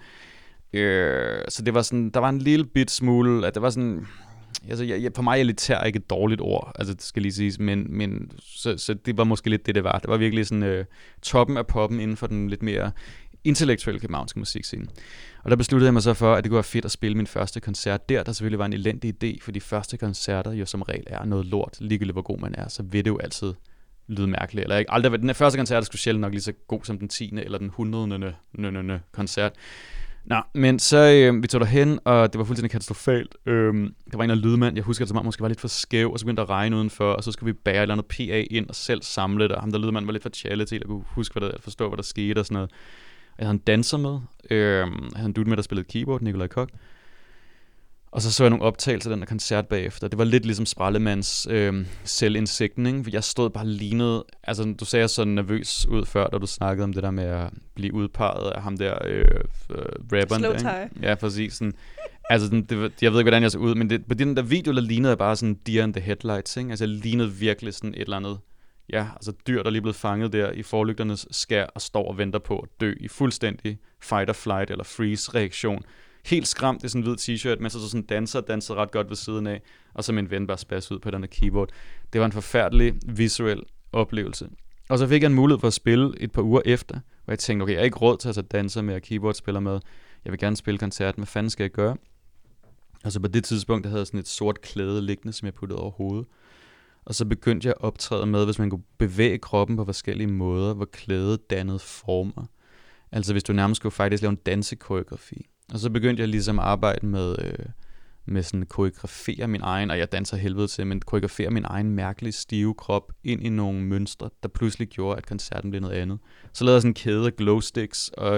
Så det var sådan, der var en lille bit smule, at det var sådan, altså for mig elitær ikke et dårligt ord, altså det skal lige siges, men så det var måske lidt det var. Det var virkelig sådan toppen af poppen inden for den lidt mere intellektuelle københavnske musikscene. Og der besluttede jeg mig så for, at det kunne være fedt at spille min første koncert der selvfølgelig var en elendig idé, for de første koncerter jo som regel er noget lort, ligegyldigt hvor god man er, så vil det jo altid lyde mærkeligt. Eller ikke aldrig, den første koncert er sgu sjældent nok lige så god som den 10. eller den 100. koncert. Nå, men så vi tog derhen, og det var fuldstændig katastrofalt. Der var en af lydmand, jeg husker det som om, måske var lidt for skæv, og så begyndte der at regne udenfor, og så skulle vi bære et eller andet PA ind og selv samle det, og ham der lydmand var lidt for tjallet til at kunne huske, forstå, hvad der skete og sådan noget. Jeg havde en danser med, jeg havde en dude med, der spillede keyboard, Nikolaj Kok. Og så jeg nogle optagelser af den der koncert bagefter. Det var lidt ligesom Sprallemands selvindsigtning, for jeg stod bare lignet, altså du sagde så nervøs ud før, da du snakkede om det der med at blive udpeget af ham der rapperen. Slow tie. Ja, præcis. Sådan, altså, jeg ved ikke, hvordan jeg så ud, men på den der video, der lignede jeg bare sådan deer in the headlights, ikke? Altså jeg lignede virkelig sådan et eller andet, ja, altså dyr, der lige blevet fanget der i forlygternes skær og står og venter på at dø i fuldstændig fight or flight eller freeze reaktion. helt skræmt i sådan en hvid t-shirt, mens jeg så sådan dansede ret godt ved siden af, og så min ven bare spasset ud på den der keyboard. Det var en forfærdelig visuel oplevelse. Og så fik jeg en mulighed for at spille et par uger efter, hvor jeg tænkte, okay, jeg har ikke råd til at tage danser med og keyboardspiller med. Jeg vil gerne spille koncert. Hvad fanden skal jeg gøre? Og så på det tidspunkt, der havde jeg sådan et sort klæde liggende, som jeg puttede over hovedet. Og så begyndte jeg at optræde med, hvis man kunne bevæge kroppen på forskellige måder, hvor klædet dannede former. Altså hvis du nærmest skulle faktisk lave en dansekoreografi. Og så begyndte jeg ligesom at arbejde med sådan koreografere min egen, og jeg danser helvede til, men koreografere min egen mærkelige stive krop ind i nogle mønstre, der pludselig gjorde, at koncerten blev noget andet. Så lavede jeg sådan en kæde af glowsticks, og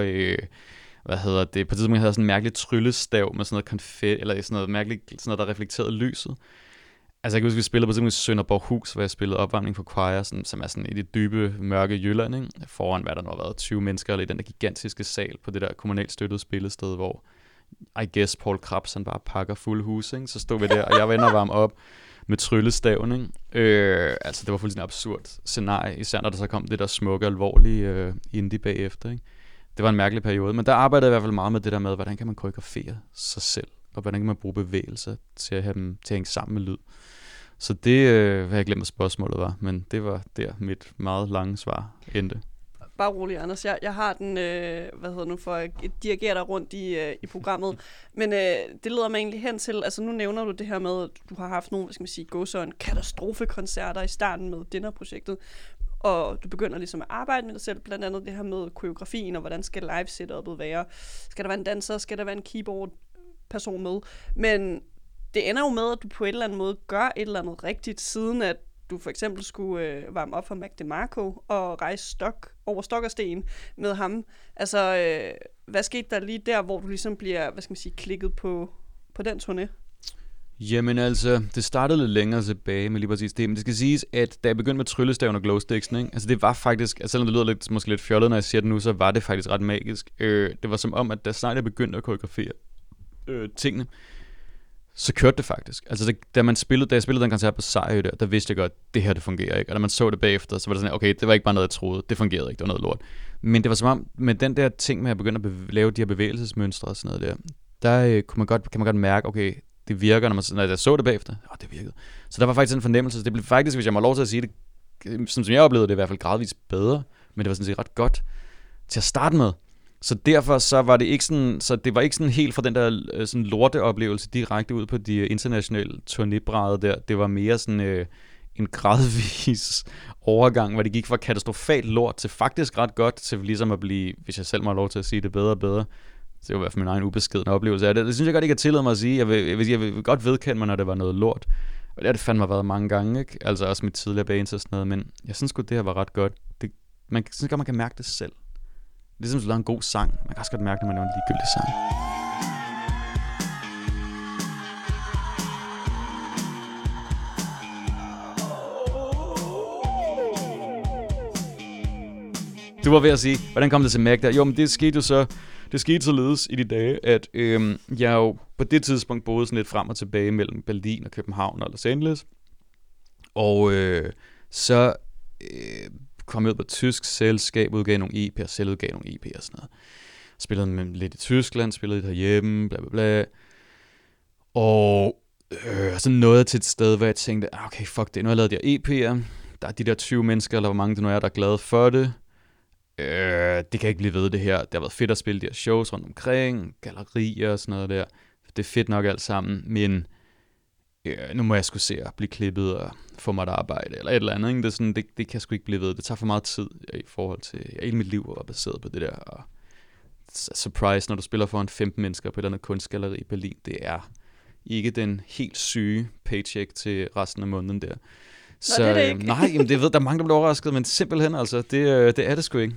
på et tidspunkt havde jeg sådan en mærkelig tryllestav med sådan noget konfetti, eller sådan noget mærkeligt, sådan noget, der reflekterede lyset. Altså jeg kan huske, vi spillede på simpelthen Sønderborghus, hvor jeg spillede opvarmning for choir, som er sådan i det dybe, mørke Jylland, ikke? Foran, hvad der nu har været, 20 mennesker, eller i den der gigantiske sal på det der kommunalt støttede spillested, hvor I guess Paul Krabs, han bare pakker fuld hus, ikke? Så stod vi der, og jeg var inde og varme op med tryllestaven, ikke? Altså det var fuldstændig absurd scenarie, især når der så kom det der smukke, alvorlige indie bagefter, ikke? Det var en mærkelig periode, men der arbejdede jeg i hvert fald meget med det der med, hvordan kan man koreografere sig selv, og hvordan kan man bruge bevægelser til at have dem til at hænge sammen med lyd. Så det har jeg glemt, hvad spørgsmålet var, men det var der mit meget lange svar endte. Bare rolig, Anders. Jeg har den, for at dirigere dig rundt i programmet, men det leder mig egentlig hen til, altså nu nævner du det her med, at du har haft nogle, katastrofekoncerter i starten med Dinner-projektet, og du begynder ligesom at arbejde med dig selv, blandt andet det her med koreografien, og hvordan skal live-setupet være. Skal der være en danser, skal der være en keyboard-person med? Men det ender jo med, at du på et eller andet måde gør et eller andet rigtigt, siden at du for eksempel skulle varme op for Mac DeMarco og rejse over stok og sten med ham. Altså, hvad skete der lige der, hvor du ligesom bliver, klikket på den turné? Jamen altså, det startede lidt længere tilbage med lige præcis det, men det skal siges, at da jeg begyndte med tryllestaven og glowsticksen, ikke? Altså det var faktisk, altså selvom det lyder måske lidt fjollet, når jeg siger det nu, så var det faktisk ret magisk. Det var som om, at da snart jeg begyndte at koreografere tingene, så kørte det faktisk. Altså da jeg spillede den koncert på Sejrø der vidste jeg godt, at det her det fungerer ikke. Og da man så det bagefter, så var det sådan, okay, det var ikke bare noget, jeg troede. Det fungerede ikke, det var noget lort. Men det var som om, med den der ting med at begynde at lave de her bevægelsesmønstre og sådan noget der kan man godt mærke, okay, det virker, når jeg så det bagefter. Det virkede. Så der var faktisk en fornemmelse. Det blev faktisk, hvis jeg må lov til at sige det, som jeg oplevede det i hvert fald gradvist bedre, men det var sådan set ret godt til at starte med. Så derfor så var det ikke sådan, så det var ikke sådan helt fra den der sådan lorteoplevelse direkte ud på de internationale turnébrædder der. Det var mere sådan en gradvis overgang, hvor det gik fra katastrofalt lort til faktisk ret godt, til ligesom at blive, hvis jeg selv må have lov til at sige det, bedre og bedre. Så det var i hvert fald min egen ubeskedne oplevelse af det. Det synes jeg godt ikke at tillade mig at sige. Jeg vil godt vedkende mig, når det var noget lort. Og det har det fandme været mange gange, ikke? Altså også mit tidligere bands og sådan noget. Men jeg synes godt det her var ret godt. Man synes godt, man kan mærke det selv. Ligesom hvis du laver en god sang. Man kan også godt mærke, når man laver en ligegyldig sang. Du var ved at sige, hvordan kom det til Mac der? Jo, men det skete således i de dage, at jeg jo på det tidspunkt boede sådan lidt frem og tilbage mellem Berlin og København og Los Angeles. Og så kom jeg ud på et tysk selskab, udgav nogle EP'er, selv udgav nogle EP'er og sådan noget. Spillede lidt i Tyskland, spillede lidt herhjemme, bla bla bla. Og så nåede jeg til et sted, hvor jeg tænkte, okay, fuck det, nu har jeg lavet de her EP'er. Der er de der 20 mennesker, eller hvor mange det nu er, der er glade for det. Det kan ikke blive ved det her. Det har været fedt at spille de her shows rundt omkring, gallerier og sådan noget der. Det er fedt nok alt sammen, men nu må jeg sgu se at blive klippet og få mig et arbejde, eller et eller andet. Ikke? Det, er sådan, det kan sgu ikke blive ved. Det tager for meget tid i forhold til, hele mit liv var baseret på det der. Og surprise, når du spiller foran 15 mennesker på et eller andet kunstgalleri i Berlin, det er ikke den helt syge paycheck til resten af måneden der. Så, det ikke. Nej, jamen, det ved der er mange, der bliver overrasket, men simpelthen, altså, det er det sgu ikke.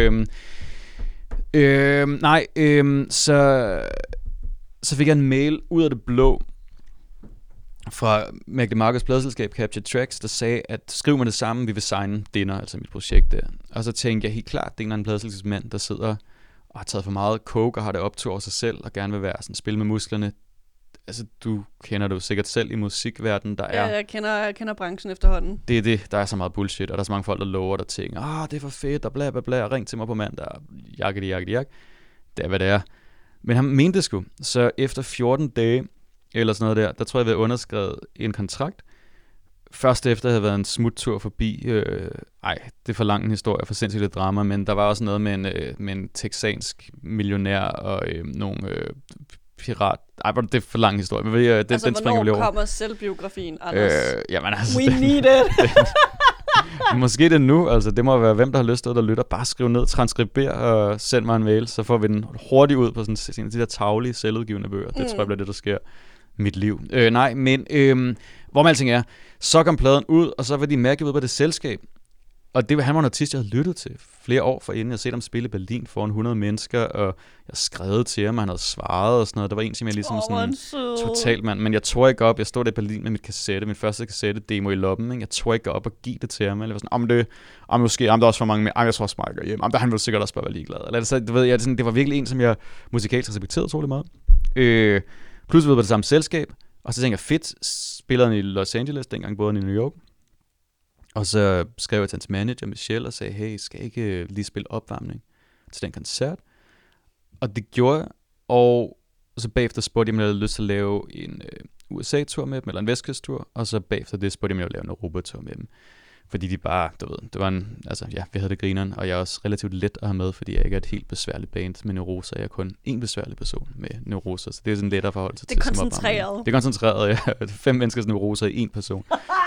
Så fik jeg en mail ud af det blå fra Mac DeMarcos pladeselskab Capture Tracks, der sagde, at skriv mig det samme, vi vil signe Dinner, altså mit projekt der. Og så tænkte jeg helt klart, det er en eller anden pladeselskabsmand, der sidder og har taget for meget coke og har det optur over sig selv, og gerne vil være sådan, spille med musklerne. Altså, du kender det jo sikkert selv i musikverdenen, der er... Ja, jeg kender branchen efterhånden. Det er det, der er så meget bullshit, og der er så mange folk, der lover der ting. Det er for fedt, og bla bla bla, ring til mig på mandag, og jak. Det er, hvad det er. Men han mente sgu. Så efter 14 dage, eller sådan noget der tror jeg, vi havde underskrevet en kontrakt. Først efter havde været en smuttur forbi, det er for lang en historie, for sindssygt lidt drama, men der var også noget med en texansk millionær og nogle pirat. Det er for lang en historie. Men den springer vi over. Hvornår kommer selvbiografien, Anders? Jamen, altså, We need it! Måske det nu, altså det må være hvem, der har lyst til, der lytter. Bare skriv ned, transkribér og send mig en mail, så får vi den hurtigt ud på sådan de der taglige, selvudgivende bøger. Det tror jeg bliver det, der sker i mit liv. Hvor man alting er, så kom pladen ud, og så var de mærket ud på det selskab. Og han var en artist, jeg havde lyttet til flere år forinden. Jeg havde set ham spille i Berlin foran 100 mennesker, og jeg skrev til ham, og han havde svaret og sådan noget. Der var en, som jeg ligesom totalt mand. Men jeg tog ikke op. Jeg stod der i Berlin med min første kassette-demo i lommen. Ikke? Jeg tog ikke op og give det til ham. Eller var sådan, der er også for mange med. Jeg tror også, Marker hjem. Der han ville sikkert også bare være ligeglad. Eller, så, du ved, det var virkelig en, som jeg musikalsk respekterede utrolig meget. Pludselig var det samme selskab. Og så tænkte jeg, fedt, spillede han i Los Angeles, dengang boede han i New York. Og så skrev jeg til hans manager, Michelle, og sagde, hey, skal jeg ikke lige spille opvarmning til den koncert? Og det gjorde jeg, og så bagefter spurgte jeg, om jeg havde lyst til at lave en USA-tur med dem, eller en vestkysttur, og så bagefter det spurgte jeg, om jeg ville lave en Europa-tur med dem. Fordi de bare, du ved, det var vi havde det grineren, og jeg er også relativt let at have med, fordi jeg ikke er et helt besværligt band med neuroser. Jeg er kun en besværlig person med neuroser, så det er sådan lettere forhold til. Det er koncentreret. Det er koncentreret, ja. 5 menneskers neuroser i en person.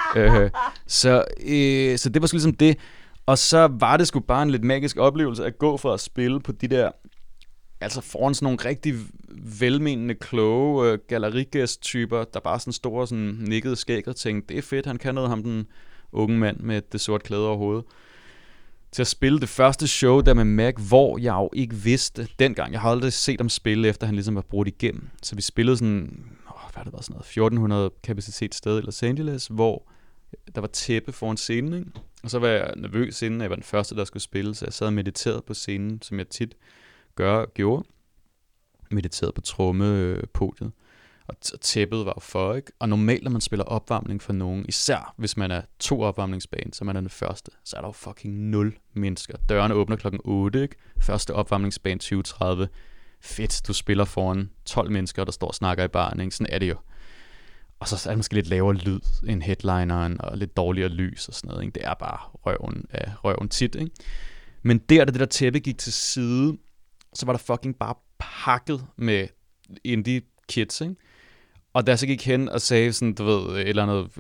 Så det var sgu ligesom det. Og så var det sgu bare en lidt magisk oplevelse at gå fra at spille på de der, altså foran sådan nogle rigtig velmenende, kloge gallerigæst-typer, der bare sådan store, sådan nikkede skæg og tænkte, det er fedt, han kan noget, ham den unge mand med det sorte klæde over hovedet, til at spille det første show der med Mac, hvor jeg jo ikke vidste dengang. Jeg havde aldrig set ham spille, efter han ligesom var brudt igennem. Så vi spillede sådan, hvad det var sådan noget, 1400 kapacitet sted i Los Angeles, hvor der var tæppe foran scenen, ikke? Og så var jeg nervøs inden, jeg var den første, der skulle spille, så jeg sad og mediterede på scenen, som jeg tit gjorde. Mediterede på trommepodiet. Og tæppet var jo for, ikke? Og normalt, når man spiller opvarmning for nogen, især hvis man er 2 opvarmningsband, så man er den første, så er der jo fucking 0 mennesker. Dørene åbner klokken 8, ikke? Første opvarmningsband 2030. Fedt, du spiller foran 12 mennesker, der står og snakker i baren, ikke? Sådan er det jo. Og så er det måske lidt lavere lyd end headlineren, og lidt dårligere lys og sådan noget, ikke? Det er bare røven tit, ikke? Men da det der tæppe gik til side, så var der fucking bare pakket med indie kids, ikke? Og da jeg så gik hen og sagde sådan, du ved, et eller andet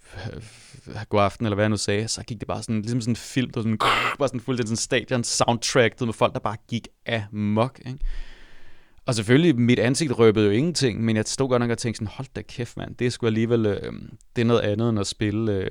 god aften, eller hvad jeg nu sagde, så gik det bare sådan, ligesom sådan en film, der sådan, bare sådan fuldstændig sådan stadion soundtrack med folk, der bare gik amok, ikke? Og selvfølgelig, mit ansigt røbede jo ingenting, men jeg stod godt nok og tænkte sådan, hold da kæft, mand, det er sgu alligevel, det er noget andet end at spille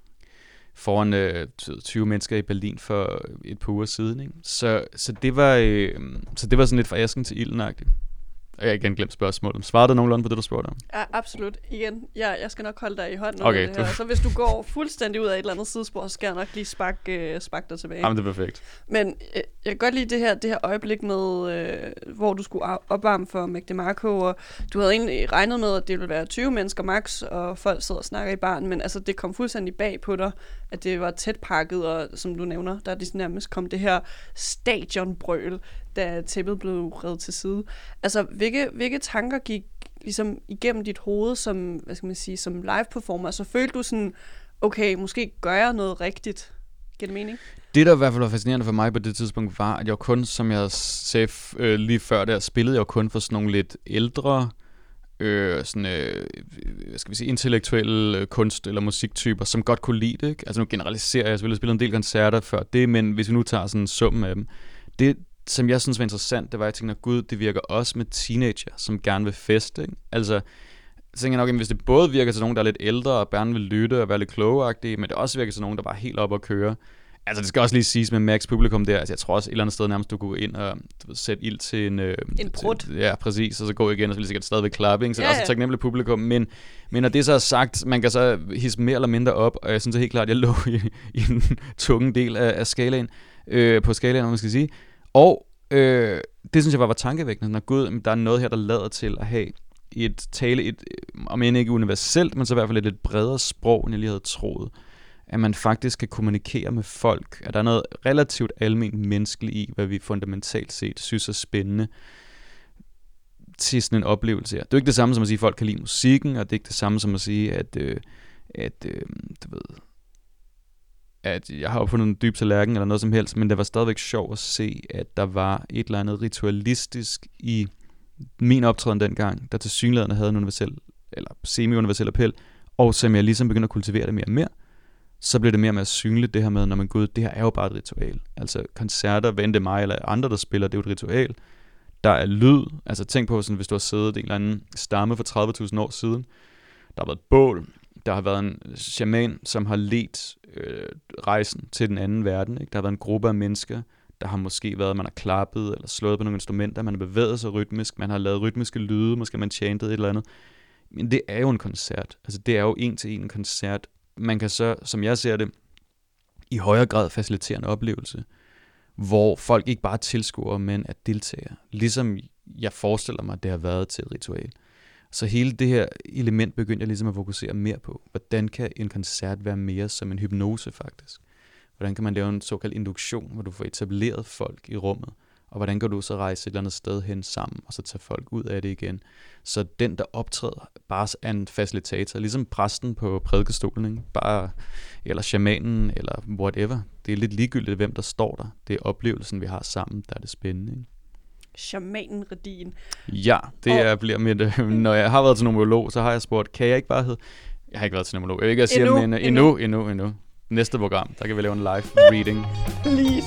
foran 20 mennesker i Berlin for et par uger siden, ikke? Så det var sådan lidt fra asken til ilden-agtigt. Jeg har igen glemt spørgsmålet. Svarede du nogenlunde på det, du spurgte om? Ja, absolut. Igen, jeg skal nok holde dig i hånden okay, det her. Så hvis du går fuldstændig ud af et eller andet sidespor, så skal jeg nok lige sparke dig tilbage. Jamen, det er perfekt. Men jeg kan godt lide det her øjeblik med, hvor du skulle opvarme for Mac DeMarco, og du havde egentlig regnet med, at det ville være 20 mennesker max, og folk sidder og snakker i baren, men altså, det kom fuldstændig bag på dig, at det var tæt pakket, og som du nævner, der er det nærmest kom det her stadionbrøl, da tæppet blev revet til side. Altså, hvilke tanker gik ligesom igennem dit hoved som, hvad skal man sige, som live performer? Så følte du sådan, okay, måske gør jeg noget rigtigt. Giver det mening? Det, der i hvert fald var fascinerende for mig på det tidspunkt, var, at jeg kun, som jeg sagde lige før der, spillede jeg kun for sådan nogle lidt ældre, hvad skal vi sige, intellektuelle kunst- eller musiktyper, som godt kunne lide det, ikke? Altså nu generaliserer jeg selvfølgelig, spillet en del koncerter før det, men hvis vi nu tager sådan en sum af dem, det, som jeg synes var interessant, det var, at jeg tænkte, gud, det virker også med teenager, som gerne vil feste, ikke? Altså, så tænker jeg nok, at hvis det både virker til nogen, der er lidt ældre og gerne vil lytte og være lidt klogeagtige, men det også virker til nogen, der bare er helt op at køre. Altså, det skal også lige siges med Max publikum der, altså jeg tror også et eller andet sted nærmest, du kunne gå ind og sætte ild til en brud. Ja, præcis, og så gå igen, og så vil det sikkert stadigvæk klapping, så det er også et taknemmeligt publikum, men når det så er sagt, man kan så hisse mere eller mindre op, og jeg synes helt klart, at jeg lå i en tunge del af skalaen, på skalaen, man skal sige, og det synes jeg var tankevækkende, når gud, der er noget her, der lader til at have et om end ikke universelt, men så i hvert fald et lidt bredere sprog, end jeg lige havde troet, at man faktisk kan kommunikere med folk, at der er noget relativt alment menneskeligt i, hvad vi fundamentalt set synes er spændende. til sådan en oplevelse her. Det er jo ikke det samme som at sige, at folk kan lide musikken, og det er ikke det samme som at sige, at du ved, at jeg har opfundet en dyb tallerken eller noget som helst, men det var stadigvæk sjovt at se, at der var et eller andet ritualistisk i min optræden dengang, der tilsyneladende havde en universel, eller semi-universel appel, og som jeg ligesom begynder at kultivere det mere og mere, så blev det mere og mere synligt det her med, når man går ud, det her er jo bare et ritual. Altså koncerter, hvad end det er mig eller andre, der spiller, det er jo et ritual. Der er lyd, altså tænk på, sådan, hvis du har siddet i en eller anden stamme for 30.000 år siden, der har været et bål, der har været en shaman, som har ledt rejsen til den anden verden. Ikke? Der har været en gruppe af mennesker, der har måske været, man har klappet eller slået på nogle instrumenter, man har bevæget sig rytmisk, man har lavet rytmiske lyde, måske man chantet et eller andet. Men det er jo en koncert. Altså det er jo en til en koncert. Man kan så, som jeg ser det, i højere grad facilitere en oplevelse, hvor folk ikke bare tilskuer, men er deltagere. Ligesom jeg forestiller mig, det har været til et ritual. Så hele det her element begyndte jeg ligesom at fokusere mere på. Hvordan kan en koncert være mere som en hypnose faktisk? Hvordan kan man lave en såkaldt induktion, hvor du får etableret folk i rummet? Og hvordan kan du så rejse et eller andet sted hen sammen, og så tage folk ud af det igen? Så den, der optræder, bare er en facilitator, ligesom præsten på prædikestolen, ikke? Bare, eller shamanen, eller whatever. Det er lidt ligegyldigt, hvem der står der. Det er oplevelsen, vi har sammen, der er det spændende, ikke? Shamanen Redin. Ja, det bliver mit... Når jeg har været til numerolog, så har jeg spurgt, kan jeg ikke bare hedde... Jeg har ikke været til numerolog. Jeg vil ikke sige det, men endnu. Næste program, der kan vi lave en live reading. Please.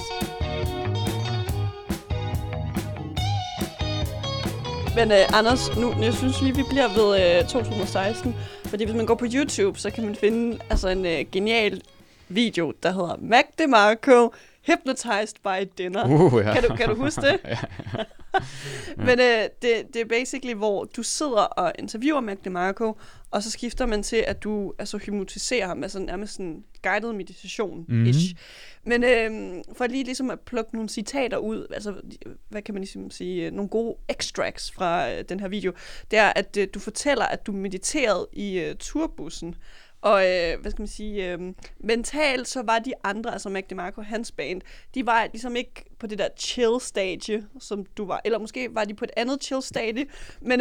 Men Anders, nu jeg synes vi bliver ved 2016, fordi hvis man går på YouTube, så kan man finde altså en genial video, der hedder Mac DeMarco Hypnotized by Dinner. Ja. Kan du huske det? Ja. Men det er basically, hvor du sidder og interviewer Mac DeMarco, og så skifter man til, at du altså hypnotiserer ham, altså nærmest sådan guided meditation-ish. Men for lige ligesom at plukke nogle citater ud, altså hvad kan man ligesom sige, nogle gode extracts fra den her video, det er, at du fortæller, at du mediterede i turbussen. Og hvad skal man sige, mentalt så var de andre, altså Mac DeMarco, hans band, de var ligesom ikke på det der chill stage, som du var, eller måske var de på et andet chill stage, men,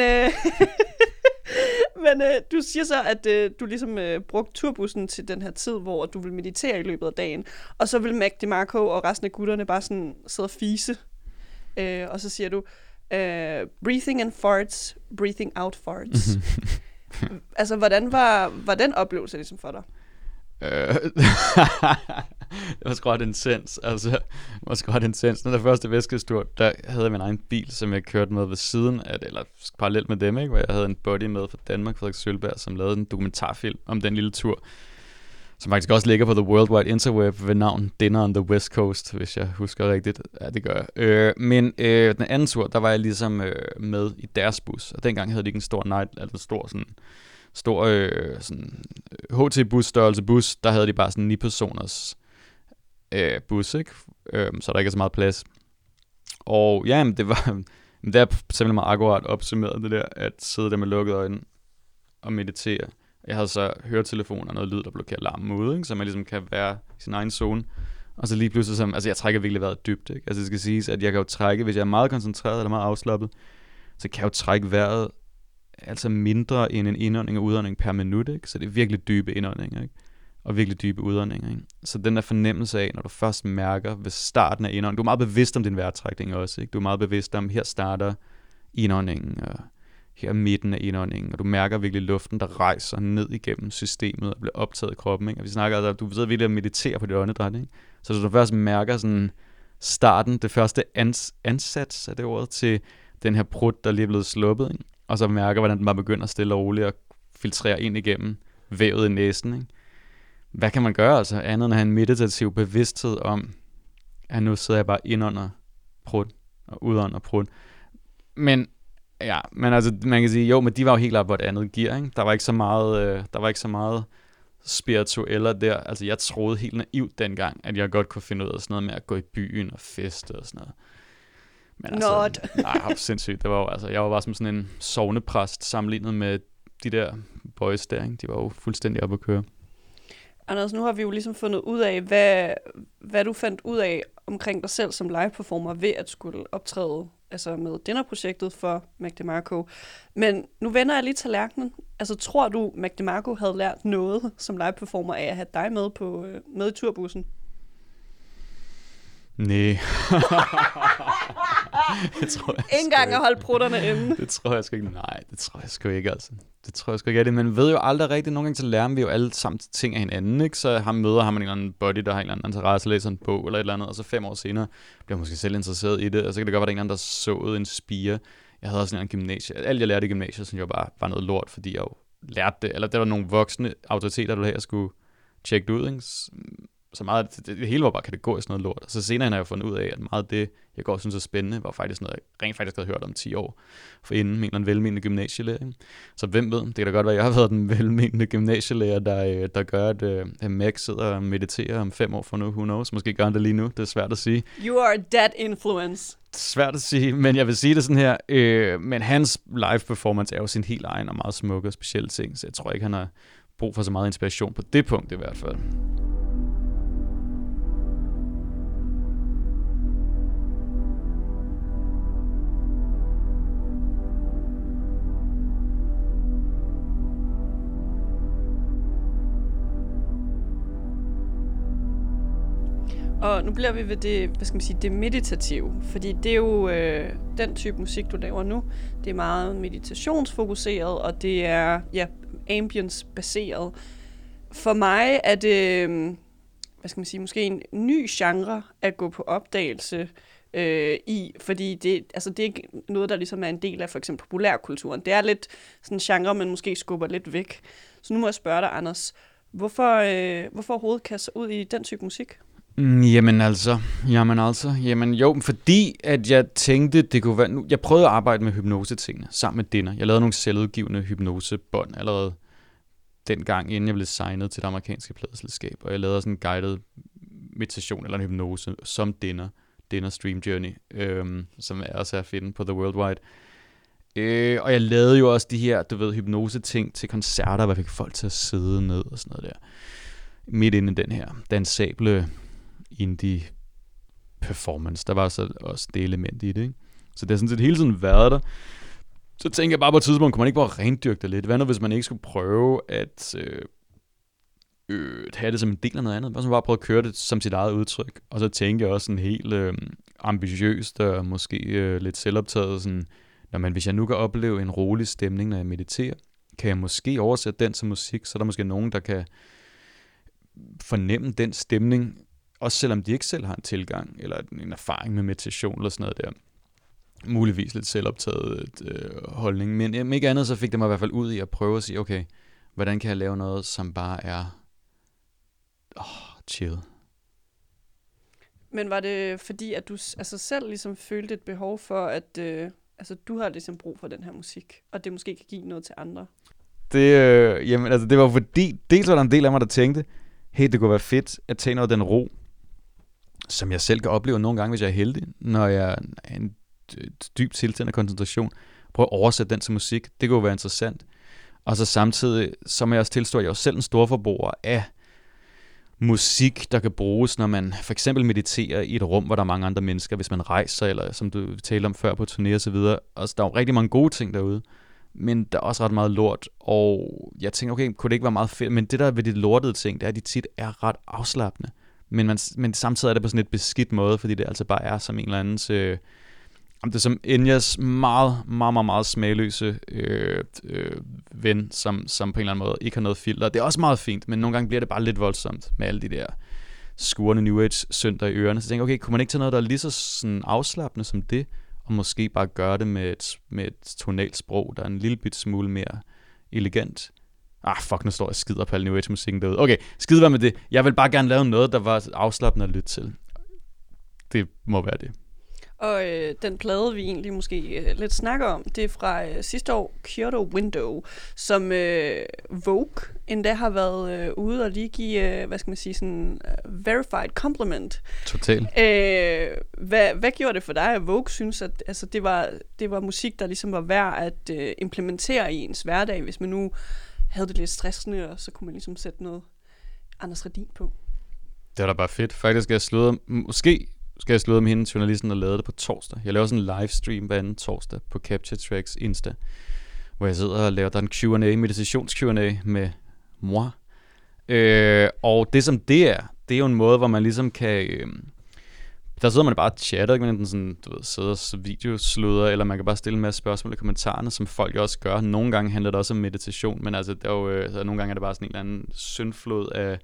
men du siger så, at du ligesom brugte turbussen til den her tid, hvor du vil meditere i løbet af dagen, og så vil Mac DeMarco og resten af gutterne bare sådan sidde og fise, og så siger du, breathing in farts, breathing out farts. Altså, hvordan var den oplevelse ligesom for dig? Det var sgu ret intens. Når der første væskestur, der havde jeg min egen bil, som jeg kørte med ved siden af det, eller parallelt med dem, ikke? Hvor jeg havde en buddy med fra Danmark, Frederik Sølberg, som lavede en dokumentarfilm om den lille tur, som faktisk også ligger på The World Wide Interweb ved navn Dinner on the West Coast, hvis jeg husker rigtigt. Ja, det gør jeg. Men den anden tur, der var jeg ligesom med i deres bus, og dengang havde de ikke en stor night, altså stor HT-bus, størrelse bus, der havde de bare sådan 9 personers bus, ikke? Så der ikke er så meget plads. Og ja, men det er simpelthen meget akkurat opsummeret det der, at sidde der med lukkede øjne og meditere. Jeg havde så høretelefoner og noget lyd, der blokerer larmen ude, ikke? Så man ligesom kan være i sin egen zone. Og så lige pludselig, altså jeg trækker virkelig vejret dybt, ikke? Altså det skal siges, at jeg kan jo trække, hvis jeg er meget koncentreret eller meget afslappet, så kan jeg jo trække vejret altså mindre end en indånding og udånding per minut, ikke? Så det er virkelig dybe indåndinger, ikke? Og virkelig dybe udåndinger, ikke? Så den der fornemmelse af, når du først mærker ved starten af indåndingen, du er meget bevidst om din vejrtrækning også, ikke? Du er meget bevidst om, her starter indåndingen, og her er midten af indåndingen, og du mærker virkelig luften, der rejser ned igennem systemet og bliver optaget i kroppen, ikke? Og vi snakker altså, du sidder virkelig at meditere på det åndedræt, ikke? Så du først mærker sådan starten, det første ansats af det ord til den her prut, der lige er blevet sluppet, ikke? Og så mærker, hvordan den bare begynder stille og roligt at filtrere ind igennem vævet i næsen, ikke? Hvad kan man gøre altså, andet end at have en meditativ bevidsthed om, at nu sidder jeg bare ind under prut og ud under prut. Men altså, man kan sige, jo, men de var jo helt op på et andet gear, ikke? Der var ikke så meget spirituelle der. Altså, jeg troede helt naivt dengang, at jeg godt kunne finde ud af sådan noget med at gå i byen og feste og sådan noget. Men altså, nej, sindssygt. Det var jo, altså, jeg var bare som sådan en sognepræst sammenlignet med de der boys der, ikke? De var jo fuldstændig oppe at køre. Anders, nu har vi jo ligesom fundet ud af, hvad du fandt ud af omkring dig selv som live-performer ved at skulle optræde altså med dinnerprojektet for Mac DeMarco. Men nu vender jeg lige tallerkenen. Altså, tror du, Mac DeMarco havde lært noget som live-performer af at have dig med i turbussen? Nej. Ingen gang at holde prutterne inde. Det tror jeg sgu ikke. Nej, det tror jeg sgu ikke, altså. Det tror jeg sgu ikke. Man ved jo aldrig rigtigt. Nogle gange så lærer vi jo alle sammen ting af hinanden, ikke? Så ham møder ham en eller anden buddy, der har en eller anden interesse, læser en bog eller et eller andet, og så 5 år senere bliver måske selv interesseret i det, og så kan det godt være, der en eller anden, der såede en spire. Jeg havde også en gymnasie. Alt jeg lærte i gymnasiet, synes jeg bare var noget lort, fordi jeg jo lærte det. Eller der var nogle voksne autoriteter, der skulle tjekke det ud, ikke? Så meget, det hele var bare kategorisk noget lort. Og så senere har jeg fundet ud af, at meget af det, jeg godt synes er spændende, var faktisk noget, jeg rent faktisk havde hørt om 10 år for inden med en velmenende gymnasielærer. Så hvem ved, det kan da godt være, at jeg har været den velmenende gymnasielærer, der gør, at Mac sidder og mediterer om 5 år for nu, who knows. Måske gør han det lige nu, det er svært at sige. You are that influence. Svært at sige, men jeg vil sige det sådan her, men hans live performance er jo sin helt egen og meget smukke og specielle ting, så jeg tror ikke, han har brug for så meget inspiration på det punkt i hvert fald. Og nu bliver vi ved det, hvad skal man sige, det meditative, fordi det er jo den type musik, du laver nu. Det er meget meditationsfokuseret, og det er ambience-baseret. For mig er det, hvad skal man sige, måske en ny genre at gå på opdagelse i, fordi det er ikke noget, der ligesom er en del af for eksempel populærkulturen. Det er lidt sådan en genre, man måske skubber lidt væk. Så nu må jeg spørge dig, Anders, hvorfor overhovedet kaste sig ud i den type musik? Jamen jo, fordi at jeg tænkte, det kunne være... Jeg prøvede at arbejde med hypnose-tingene sammen med Dinner. Jeg lavede nogle selvudgivende hypnosebånd allerede dengang, inden jeg blev signet til det amerikanske pladeselskab. Og jeg lavede sådan en guided meditation eller en hypnose som Dinner Stream Journey, som er også at finde på The Worldwide. Og jeg lavede jo også de her, hypnose-ting til koncerter, hvor jeg fik folk til at sidde ned og sådan noget der. Midt inde i den her dansable indie performance. Der var så også det element i det, ikke? Så det har sådan set hele tiden været der. Så tænker jeg bare på et tidspunkt, kunne man ikke bare rendyrke det lidt? Hvad nu, hvis man ikke skulle prøve at have det som en del af noget andet? Bare prøve at køre det som sit eget udtryk. Og så tænker jeg også sådan helt ambitiøst og måske lidt selvoptaget. Sådan, hvis jeg nu kan opleve en rolig stemning, når jeg mediterer, kan jeg måske oversætte den til musik, så er der måske nogen, der kan fornemme den stemning, også selvom de ikke selv har en tilgang, eller en erfaring med meditation, eller sådan noget der. Muligvis lidt selvoptaget holdning, men ikke andet, så fik det mig i hvert fald ud i at prøve at sige, okay, hvordan kan jeg lave noget, som bare er chill. Men var det fordi, at du selv ligesom følte et behov for, at du har ligesom brug for den her musik, og det måske kan give noget til andre? Det var fordi, dels var der en del af mig, der tænkte, hey, det kunne være fedt at tage noget af den ro, som jeg selv kan opleve nogle gange, hvis jeg er heldig, når jeg er en dyb tiltændende koncentration. Prøv at oversætte den til musik. Det kunne være interessant. Og så samtidig, så må jeg også tilstå, at jeg er selv en storforbruger af musik, der kan bruges, når man for eksempel mediterer i et rum, hvor der er mange andre mennesker, hvis man rejser, eller som du talte om før på turné og så videre. Og der er jo rigtig mange gode ting derude, men der er også ret meget lort, og jeg tænker, okay, kunne det ikke være meget fedt? Men det der ved de lortede ting, det er, at de tit er ret afslappende. Men samtidig er det på sådan et beskidt måde, fordi det altså bare er som en eller andens... det er som Enyas meget, meget, meget, meget smagløse ven, som på en eller anden måde ikke har noget filter. Det er også meget fint, men nogle gange bliver det bare lidt voldsomt med alle de der skurrende New Age-sønder i ørerne. Så jeg tænker, okay, kunne man ikke tage noget, der er lige så sådan afslappende som det, og måske bare gøre det med et tonalt sprog, der er en lille bit smule mere elegant. Nu står jeg skider på alle New Age-musikken derude. Okay, skid hvad med det. Jeg vil bare gerne lave noget, der var afslappende at lytte til. Det må være det. Og den plade, vi egentlig måske lidt snakker om, det er fra sidste år, Kyoto Window, som Vogue endda har været ude og lige give, hvad skal man sige, sådan verified compliment. Totalt. Hvad gjorde det for dig, at Vogue synes, at det var musik, der ligesom var værd at implementere i ens hverdag, hvis man nu havde det lidt stressende, og så kunne man ligesom sætte noget Anders Redin på? Det var da bare fedt. Faktisk er jeg slået måske skal jeg slå med hende, journalisten, der lavede det på torsdag. Jeg laver sådan en livestream hver anden torsdag på Capture Tracks Insta, hvor jeg sidder og laver der en Q&A, meditations-Q&A med moi. Og det som det er jo en måde, hvor man ligesom kan... der sidder man bare og chatter, ikke? Man sådan, du ved, sidder og videosludder, eller man kan bare stille en masse spørgsmål i kommentarerne, som folk også gør. Nogle gange handler det også om meditation, men altså, der er jo, nogle gange er det bare sådan en eller anden syndflod af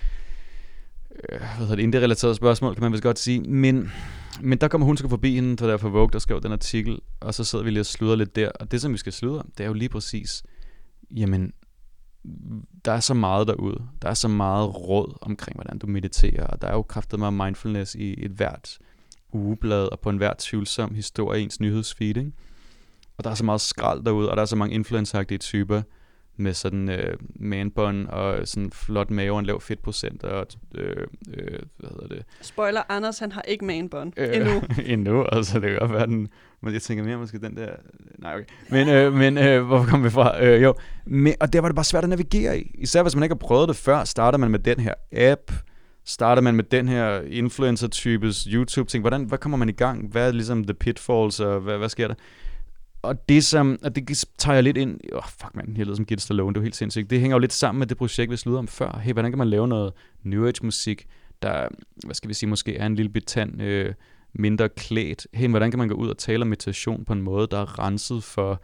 indie-relaterede spørgsmål, kan man vist godt sige. Men der kommer hun forbi hende, der for Vogue, der skrev den artikel, og så sidder vi lige og sluder lidt der. Og det, som vi skal sludre, det er jo lige præcis, jamen, der er så meget derude. Der er så meget råd omkring, hvordan du mediterer, og der er jo kraftedeme mindfulness i et hvert ugeblad, og på en hver tvivlsom historie i ens nyhedsfeed, ikke? Og der er så meget skrald derude, og der er så mange influenceragtige typer, med sådan manbånd og sådan flot mave og en lav fedtprocent og hvad hedder det? Spoiler, Anders, han har ikke manbånd endnu. Endnu, altså det kan godt være den, men jeg tænker mere måske den der, nej okay. Men hvorfor kom vi fra? Jo, og der var det bare svært at navigere i, især hvis man ikke har prøvet det før. Starter man med den her app, starter man med den her influencer-types YouTube-ting, hvad kommer man i gang? Hvad er ligesom the pitfalls, og hvad sker der? Og det tager jeg lidt ind. Fuck man, jeg lyder som Gilles Stallone, det er jo helt sindssygt. Det hænger jo lidt sammen med det projekt, vi slutter om før. Hey, hvordan kan man lave noget New Age musik, der, hvad skal vi sige, måske er en lille betand, mindre klædt. Hey, hvordan kan man gå ud og tale om meditation på en måde, der er renset for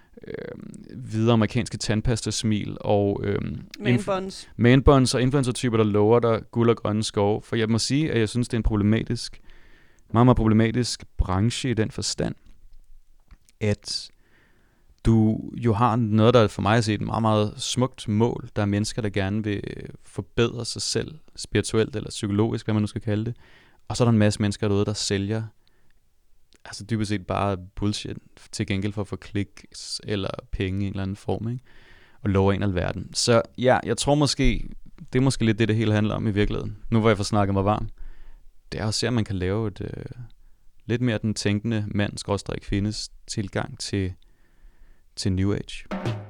hvide amerikanske tandpastasmil og manbuns og influencer-typer, der lover dig guld og grønne skove. For jeg må sige, at jeg synes, det er en meget, meget problematisk branche i den forstand, at du jo har noget, der for mig at se et meget, meget smukt mål. Der er mennesker, der gerne vil forbedre sig selv, spirituelt eller psykologisk, hvad man nu skal kalde det. Og så er der en masse mennesker derude, der sælger altså dybest set bare bullshit til gengæld for at få kliks eller penge i en eller anden form, ikke? Og lover en alverden. Så ja, jeg tror måske, det er måske lidt det hele handler om i virkeligheden. Nu hvor jeg får snakket mig varm, det er at se, at man kan lave et lidt mere den tænkende mand/kvindes tilgang til New Age.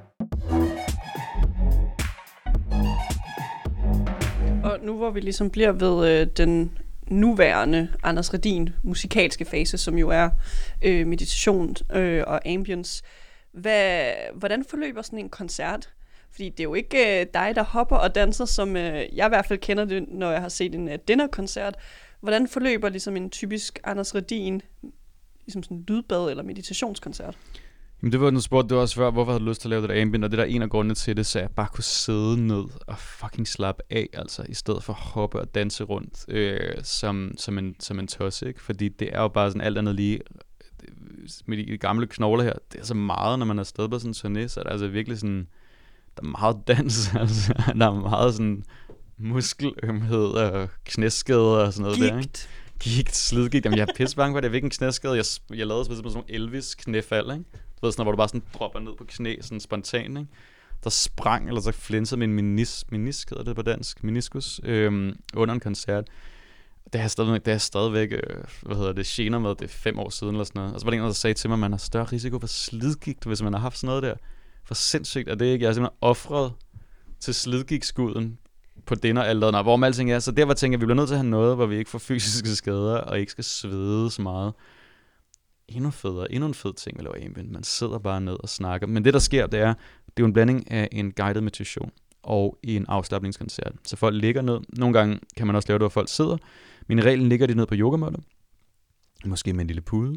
Og nu hvor vi ligesom bliver ved den nuværende Anders Redin musikalske fase, som jo er meditation og ambience, hvordan forløber sådan en koncert? Fordi det er jo ikke dig, der hopper og danser, som jeg i hvert fald kender det, når jeg har set en dinnerkoncert. Hvordan forløber ligesom en typisk Anders Redin, ligesom sådan en lydbad eller meditationskoncert? Jamen det var noget spurgt, det var også før, hvorfor havde du lyst til at lave det der ambient, og det der en af grundene til det, så jeg bare kunne sidde ned og fucking slappe af, altså i stedet for at hoppe og danse rundt som en tosse, ikke? Fordi det er jo bare sådan alt andet lige, med de gamle knogler her, det er så meget, når man er afsted på sådan en turné, så er der altså virkelig sådan, der er meget dans, altså, der er meget sådan muskelømhed og knæskader og sådan noget der, ikke? Gigt, slidgigt. Jamen, jeg er pisse bange for, at jeg fik en knæskade. Jeg lavede sådan nogle Elvis-knæfald, ikke? Du ved, sådan, hvor du bare sådan dropper ned på knæ, sådan spontant, ikke? Der sprang, eller så flinsede med en menisk, hedder det på dansk, meniskus, under en koncert. Det er stadigvæk, gener med, det er 5 år siden, eller sådan noget. Og så var det en, der sagde til mig, at man har større risiko for slidgigt, hvis man har haft sådan noget der. For sindssygt er det ikke. Jeg har simpelthen offret til slidgigtskuden på dinneralderen, hvor med alting er. Så der var tænkt, at vi bliver nødt til at have noget, hvor vi ikke får fysiske skader, og ikke skal svede så meget. Endnu en fed ting at lave ambient. Man sidder bare ned og snakker. Men det, der sker, det er jo en blanding af en guided meditation og en afslapningskoncert. Så folk ligger ned. Nogle gange kan man også lave det, hvor folk sidder. Men i reglen ligger de ned på yogamåtter. Måske med en lille pude.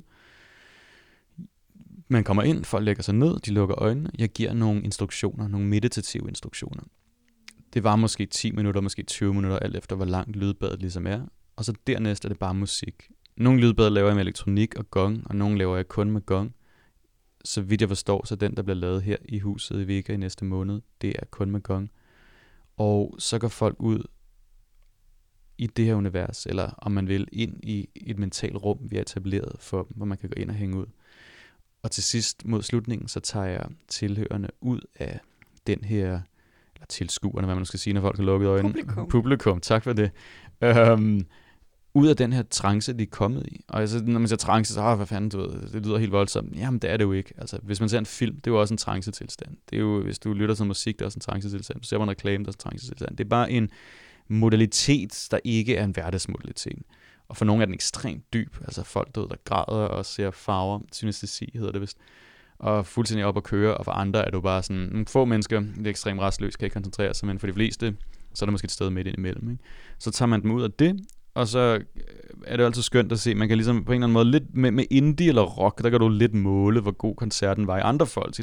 Man kommer ind, folk lægger sig ned, de lukker øjnene. Jeg giver nogle instruktioner, nogle meditative instruktioner. Det var måske 10 minutter, måske 20 minutter, alt efter hvor langt lydbadet ligesom er. Og så dernæst er det bare musik. Nogle lydbad laver jeg med elektronik og gong, og nogle laver jeg kun med gong. Så vidt jeg forstår, så den, der bliver lavet her i huset i Vega i næste måned, det er kun med gong. Og så går folk ud i det her univers, eller om man vil, ind i et mentalt rum, vi har etableret for dem, hvor man kan gå ind og hænge ud. Og til sidst mod slutningen, så tager jeg tilhørende ud af den her, eller tilskuerne, hvad man skal sige, når folk har lukket øjnene. Publikum, tak for det. Ud af den her trance, de er kommet i. Og altså, når man siger trance, så hvad fanden, du ved, det lyder helt voldsomt. Jamen, det er det jo ikke. Altså, hvis man ser en film, det er jo også en trancetilstand. Det er jo, hvis du lytter til musik, det er også en trancetilstand. Så ser man en reklame, der er en trancetilstand. Det er bare en modalitet, der ikke er en hverdagsmodalitet. Og for nogle er den ekstremt dyb. Altså folk der græder og ser farver. Synestesi hedder det vist. Og fuldstændig op at køre. Og for andre er du bare sådan, nogle få mennesker, det er ekstremt restløst, kan ikke koncentrere sig, men for de fleste, så er der måske et sted midt ind imellem. Ikke? Så tager man dem ud af det, og så er det altid skønt at se, man kan ligesom på en eller anden måde, lidt med indie eller rock, der kan du lidt måle, hvor god koncerten var i andre folk, i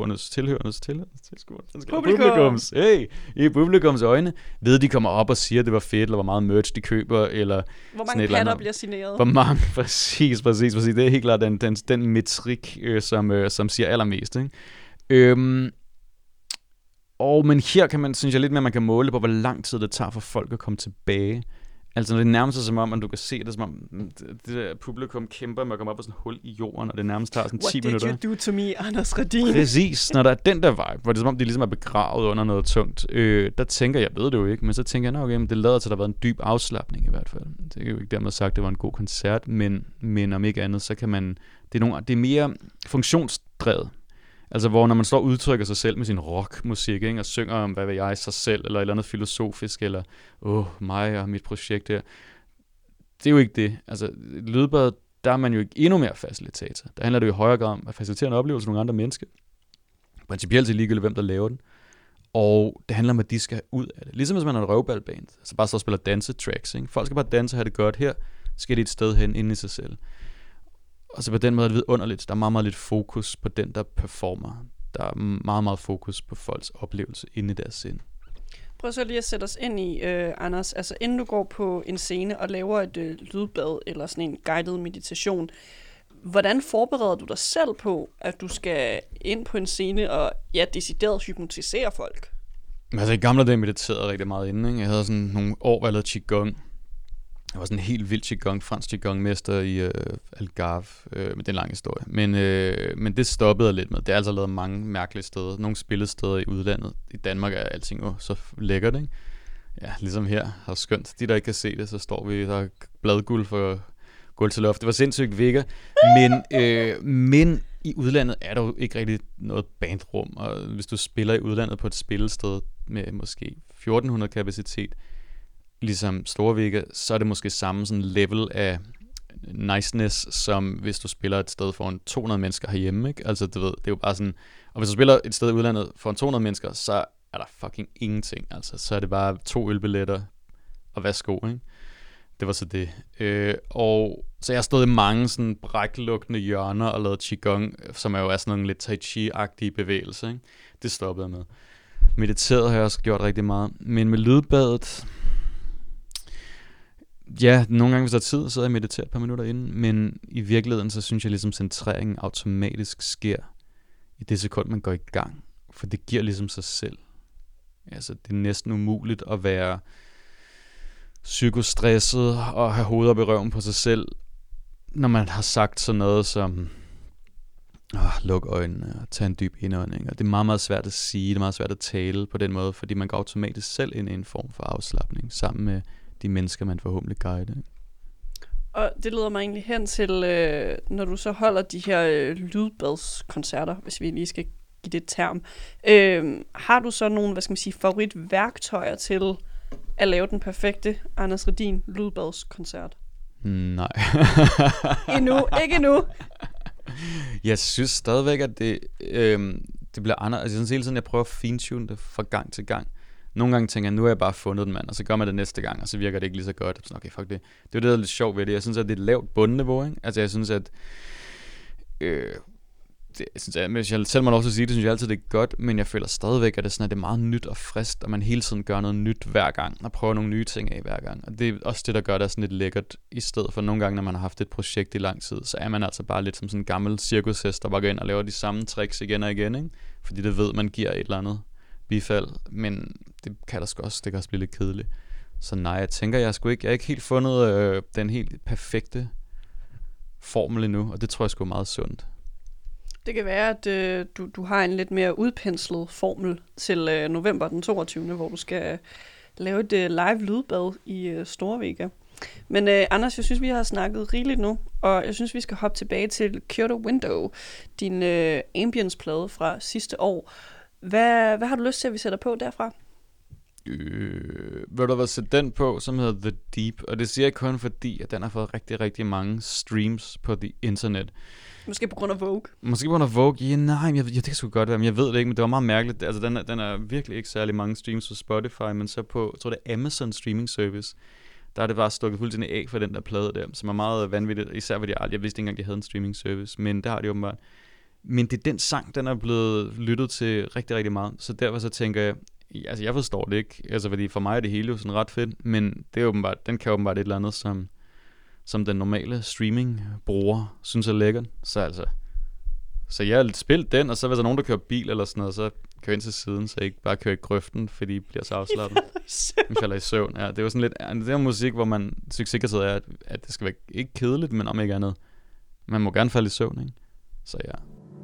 publikums, i publikums øjne, ved de kommer op og siger, at det var fedt, eller hvor meget merch de køber, eller hvor mange platter bliver signeret. Hvor mange, præcis. Det er helt klart den metrik, som siger allermest, ikke? Men her kan man, synes jeg lidt mere, man kan måle på, hvor lang tid det tager for folk at komme tilbage. Altså, når det nærmest er som om, at du kan se det, som om det der publikum kæmper med at komme op på sådan et hul i jorden, og det nærmest tager sådan 10 minutter. What did you do to me, Anders Redin? Præcis, når der er den der vibe, hvor det er som om, de ligesom er begravet under noget tungt, der tænker jeg, ved det jo ikke, men så tænker jeg, okay, det lader til, at der har været en dyb afslapning i hvert fald. Det er jo ikke dermed sagt, at det var en god koncert, men om ikke andet, så kan man, det er mere funktionsdrevet. Altså, hvor når man står og udtrykker sig selv med sin rockmusik, ikke, og synger om, hvad ved jeg, sig selv, eller et eller andet filosofisk, eller, mig og mit projekt her. Det er jo ikke det. Altså, lydbad, der er man jo ikke endnu mere facilitator. Der handler det jo i højere grad om at facilitere en oplevelse af nogle andre mennesker. Principielt er ligegyldigt, hvem der laver den. Og det handler om, at de skal ud af det. Ligesom hvis man er en røvballband, altså bare så spiller dansetracks, ikke? Folk skal bare danse og have det godt her, skal de et sted hen inde i sig selv. Og så på den måde er det vidunderligt. Der er meget, meget lidt fokus på den, der performer. Der er meget, meget fokus på folks oplevelse inde i deres sind. Prøv så lige at sætte os ind i, Anders. Altså, inden du går på en scene og laver et lydbad eller sådan en guided meditation, hvordan forbereder du dig selv på, at du skal ind på en scene og decideret hypnotisere folk? Altså, i gamle dage mediterede jeg rigtig meget inden. Ikke? Jeg havde sådan nogle år, hvor jeg lavede Qigong. Jeg var sådan en helt vild fransk Qigong-mester i Algarve, med den lange historie. Men det stoppede jeg lidt med. Det er altså lavet mange mærkelige steder. Nogle spillesteder i udlandet. I Danmark er alting jo så lækkert, ikke? Ja, ligesom her har skønt. De, der ikke kan se det, så står vi, der er bladguld for gulv til loft. Det var sindssygt vækker. Men i udlandet er der jo ikke rigtig noget bandrum. Og hvis du spiller i udlandet på et spillested med måske 1400 kapacitet, ligesom Storvika, så er det måske samme sådan level af niceness, som hvis du spiller et sted foran 200 mennesker herhjemme, ikke? Altså, du ved, det er jo bare sådan, og hvis du spiller et sted i udlandet foran 200 mennesker, så er der fucking ingenting, altså, så er det bare 2 ølbilletter og værsgo, ikke? Det var så det. Og så jeg har stået i mange sådan bræklugtende hjørner og lavet Qigong, som er jo sådan nogle lidt Tai Chi-agtige bevægelser, ikke? Det stoppede jeg med. Mediteret har jeg også gjort rigtig meget, men med lydbadet, ja, nogle gange hvis der er tid, så er jeg mediteret et par minutter inden, men i virkeligheden, så synes jeg ligesom centreringen automatisk sker i det sekund, man går i gang. For det giver ligesom sig selv. Altså, det er næsten umuligt at være psykostresset og have hovedet op i røven på sig selv, når man har sagt sådan noget som luk øjnene og tage en dyb indånding. Og det er meget, meget svært at sige, det er meget svært at tale på den måde, fordi man går automatisk selv ind i en form for afslapning sammen med de mennesker, man forhåbentlig guider. Og det leder mig egentlig hen til, når du så holder de her lydbadskoncerter, hvis vi lige skal give det et term. Har du så nogle, hvad skal man sige, favoritværktøjer til at lave den perfekte Anders Redin lydbadskoncert? Nej. Ikke endnu. Jeg synes stadigvæk, at det bliver anderledes. Altså, jeg synes hele tiden, jeg prøver at fintune det fra gang til gang. Nogle gange tænker jeg, nu har jeg bare fundet den, mand, og så gør man det næste gang, og så virker det ikke lige så godt. Så, okay, fuck det. Det er jo det, der er lidt sjovt ved det. Jeg synes, at det er et lavt bundniveau, ikke? Altså, jeg synes, at hvis jeg selv må lov til at sige det, synes jeg altid, det er godt, men jeg føler stadigvæk, at det er meget nyt og frisk, og man hele tiden gør noget nyt hver gang, og prøver nogle nye ting af hver gang. Og det er også det, der gør det sådan lidt lækkert, i stedet for nogle gange, når man har haft et projekt i lang tid, så er man altså bare lidt som sådan en gammel cirkushest, der bare går ind og laver de samme tricks igen og igen, ikke? Fordi det ved, man giver et eller andet bifald, men det kan der sgu også, det kan også blive lidt kedeligt. Så nej, jeg tænker, jeg har ikke helt fundet den helt perfekte formel endnu, og det tror jeg sgu er meget sundt. Det kan være, at du har en lidt mere udpenslet formel til november den 22., hvor du skal lave et live lydbad i Storvika. Men Anders, jeg synes, vi har snakket rigeligt nu, og jeg synes, vi skal hoppe tilbage til Kyoto Window, din ambience-plade fra sidste år. Hvad har du lyst til, at vi sætter på derfra? Vil du have set den på, som hedder The Deep? Og det siger jeg kun fordi, at den har fået rigtig, rigtig mange streams på the internet. Måske på grund af Vogue. Måske på grund af Vogue? Ja, nej, det kan sgu godt være, men jeg ved det ikke, men det var meget mærkeligt. Altså, den er virkelig ikke særlig mange streams på Spotify, men så på, jeg tror det er Amazon Streaming Service, der er det bare stukket fuldstændig af for den der plade der, som er meget vanvittigt, især fordi jeg vidste ikke engang, de havde en streaming service, men der har de åbenbart. Men det er den sang, den er blevet lyttet til rigtig, rigtig meget, så derfor så tænker jeg, altså jeg forstår det ikke, altså fordi for mig er det hele jo sådan ret fedt, men det er åbenbart, den kan åbenbart et eller andet, som den normale streaming-bruger synes er lækkert, så jeg har spillet den, og så hvis der er nogen, der kører bil eller sådan noget, så kører ind til siden, så jeg ikke bare kører i grøften, fordi de bliver så afslappet. De falder i søvn. Ja, det er jo sådan lidt, det er musik, hvor man sikkerhed er, at det skal være ikke kedeligt, men om ikke andet. Man må gerne falde i søvn, ikke? Så ja.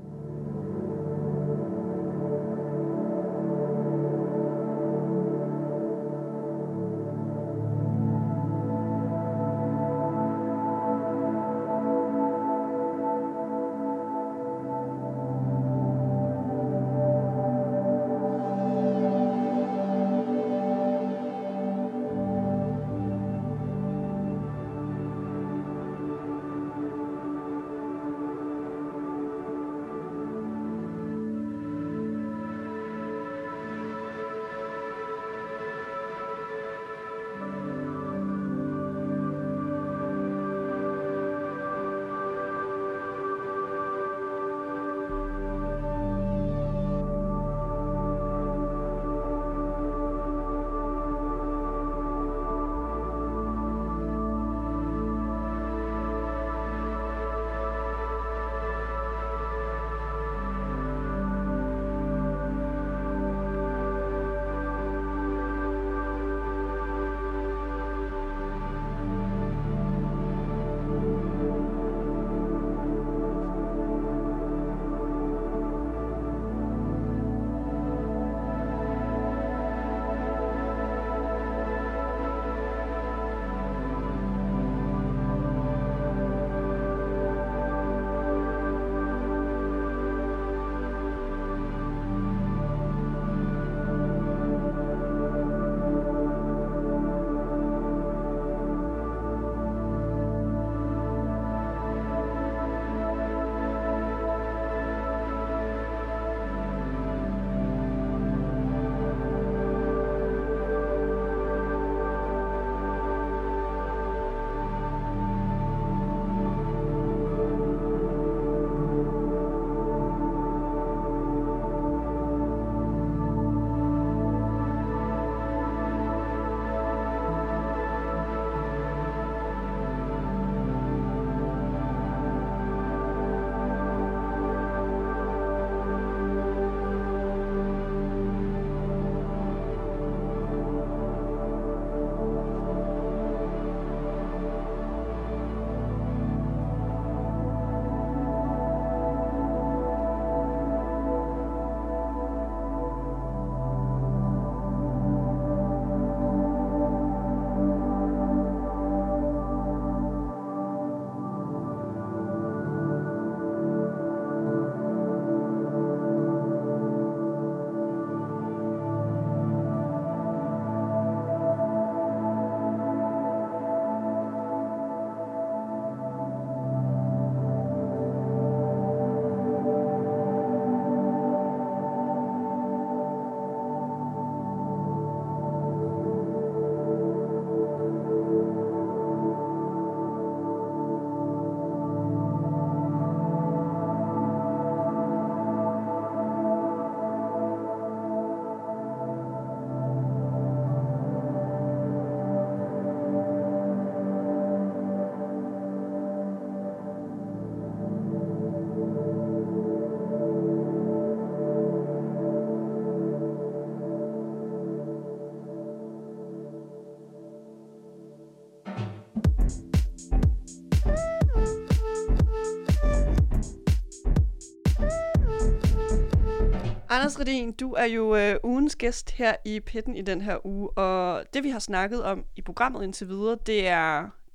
Anders Redin, du er jo ugens gæst her i Pitten i den her uge, og det vi har snakket om i programmet indtil videre, det er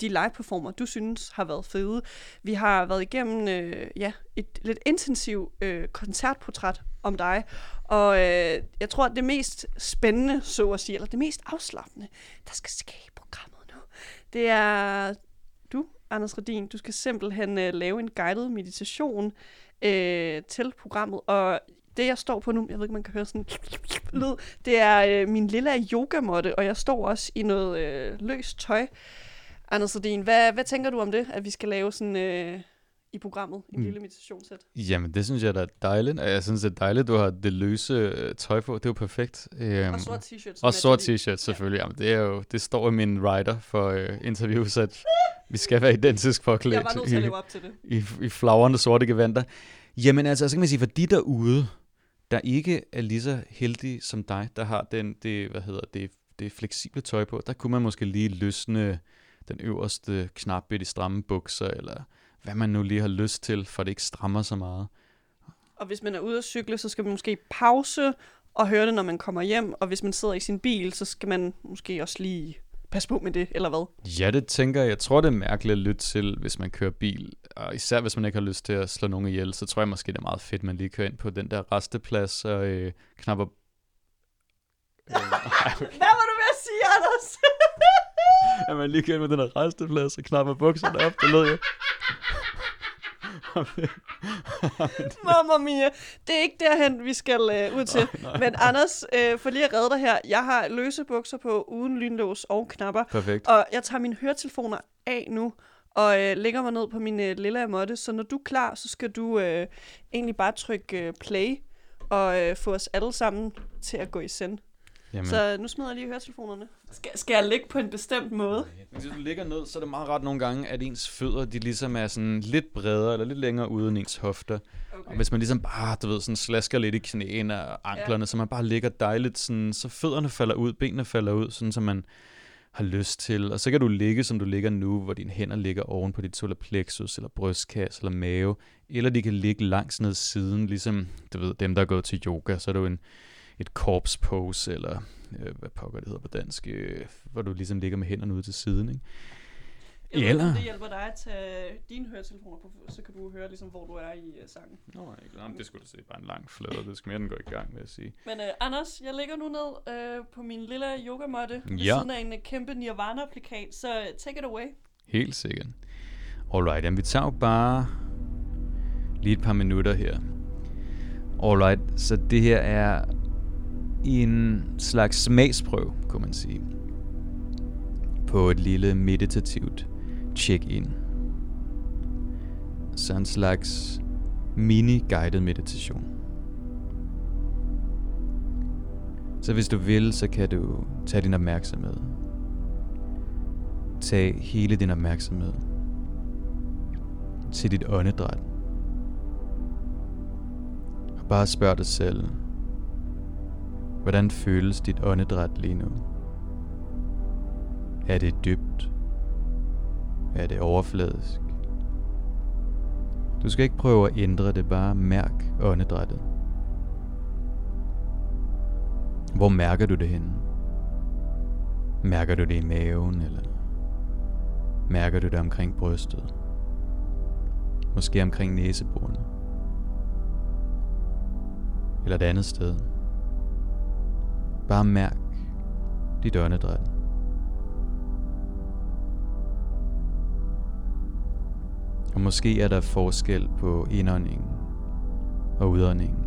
de live-performer, du synes har været fede. Vi har været igennem et lidt intensivt koncertportræt om dig, og jeg tror, at det mest spændende, så at sige, eller det mest afslappende, der skal ske i programmet nu, det er du, Anders Redin. Du skal simpelthen lave en guided meditation til programmet, og det, jeg står på nu, jeg ved ikke, man kan høre sådan en lyd, det er min lille yogamåtte, og jeg står også i noget løst tøj. Anders Redin, hvad tænker du om det, at vi skal lave sådan i programmet en lille meditationssæt? Jamen, det synes jeg da er dejligt. Jeg synes, det er dejligt, du har det løse tøj på. Det er jo perfekt. Og sort t-shirt. Og sort t-shirt, selvfølgelig. Ja. Jamen, det står i min rider for interviews, at vi skal være identisk påklædt. Jeg var nødt til at leve op til det. I flagrende sorte gevanter. Jamen altså, så kan man sige, for de derude, der ikke er lige så heldige som dig, der har det fleksible tøj på, der kunne man måske lige løsne den øverste knap i de stramme bukser, eller hvad man nu lige har lyst til, for det ikke strammer så meget. Og hvis man er ude at cykle, så skal man måske pause og høre det, når man kommer hjem, og hvis man sidder i sin bil, så skal man måske også lige passe på med det, eller hvad? Ja, det tænker jeg. Jeg tror, det er mærkeligt at lytte til, hvis man kører bil. Og især hvis man ikke har lyst til at slå nogen ihjel, så tror jeg måske, det er meget fedt, at man lige kører ind på den der resteplads og knapper... Hvad var du ved at sige, Anders? At man lige kører ind på den der resteplads og knapper bukserne op, det lød jeg. Mamma mia, det er ikke derhen, vi skal ud til. Nej. Men Anders, for lige at redde dig her, jeg har løse bukser på uden lynlås og knapper. Perfekt. Og jeg tager mine høretelefoner af nu, og lægger mig ned på min lille måtte. Så når du er klar, så skal du egentlig bare trykke play, og få os alle sammen til at gå i send. Jamen. Så nu smider jeg lige høretelefonerne. Skal jeg ligge på en bestemt måde? Hvis du ligger ned, så er det meget rart nogle gange, at ens fødder, de ligesom er sådan lidt bredere, eller lidt længere ude end ens hofter. Okay. Og hvis man ligesom bare, du ved, sådan slasker lidt i knæene og anklerne, så man bare ligger dejligt, sådan, så fødderne falder ud, benene falder ud, sådan som man har lyst til. Og så kan du ligge, som du ligger nu, hvor dine hænder ligger oven på dit solar plexus, eller brystkasse, eller mave. Eller de kan ligge langs ned siden, ligesom, du ved, dem, der er gået til yoga, så er du et corpse pose, eller hvad pokker det hedder på dansk, hvor du ligesom ligger med hænderne ude til siden, ikke? Eller det hjælper dig at tage dine høretelefoner på, så kan du høre ligesom, hvor du er i sangen. Nå, det skulle da se bare en lang flade, det skal mere den gå i gang, vil jeg sige. Men Anders, jeg ligger nu ned på min lille yogamåtte ved siden af en kæmpe Nirvana-plakat, så take it away. Helt sikkert. Alright, jamen vi tager jo bare lige et par minutter her. Alright, så det her er en slags smagsprøve, kunne man sige, på et lille meditativt check-in. Så en slags mini-guided meditation. Så hvis du vil, så kan du tage din opmærksomhed. Tag hele din opmærksomhed til dit åndedræt. Og bare spørg dig selv, hvordan føles dit åndedræt lige nu? Er det dybt? Er det overfladisk? Du skal ikke prøve at ændre det, bare mærk åndedrættet. Hvor mærker du det henne? Mærker du det i maven, eller mærker du det omkring brystet? Måske omkring næseborene? Eller et andet sted? Bare mærk dit åndedræt. Og måske er der forskel på indåndingen og udåndingen.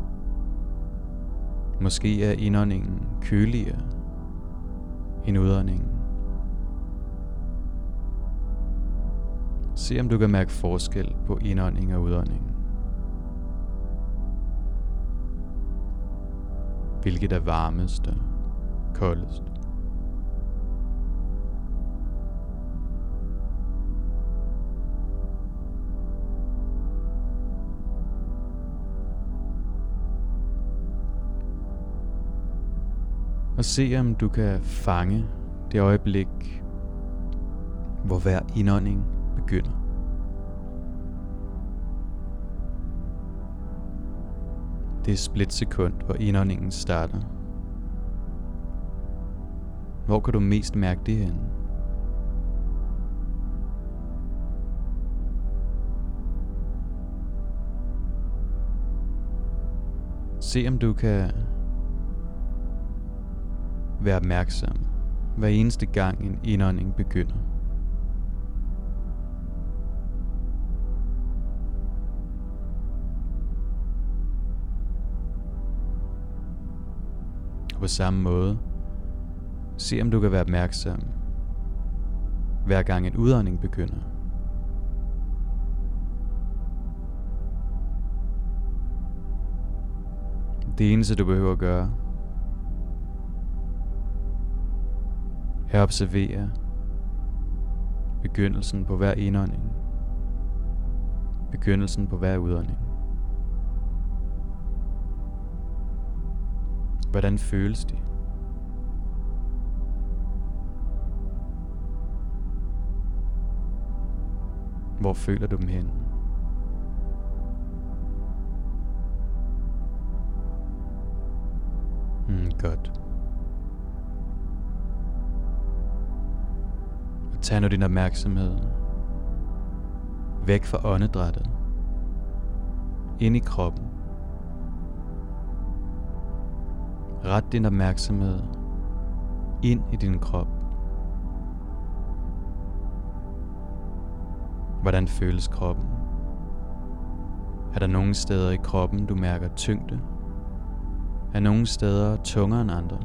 Måske er indåndingen køligere end udåndingen. Se om du kan mærke forskel på indånding og udånding. Hvilket er varmest og koldest. Og se om du kan fange det øjeblik, hvor hver indånding begynder. Det er splitsekund, hvor indåndingen starter. Hvor kan du mest mærke det henne? Se om du kan være opmærksom hver eneste gang en indånding begynder. Og på samme måde, se om du kan være opmærksom hver gang en udånding begynder. Det eneste du behøver at gøre, er at observere begyndelsen på hver indånding, begyndelsen på hver udånding. Hvordan føles de? Hvor føler du dem hen? Godt. Og tag nu din opmærksomhed væk fra åndedrættet, ind i kroppen. Ret din opmærksomhed ind i din krop. Hvordan føles kroppen? Er der nogle steder i kroppen, du mærker tyngde? Er nogle steder tungere end andre?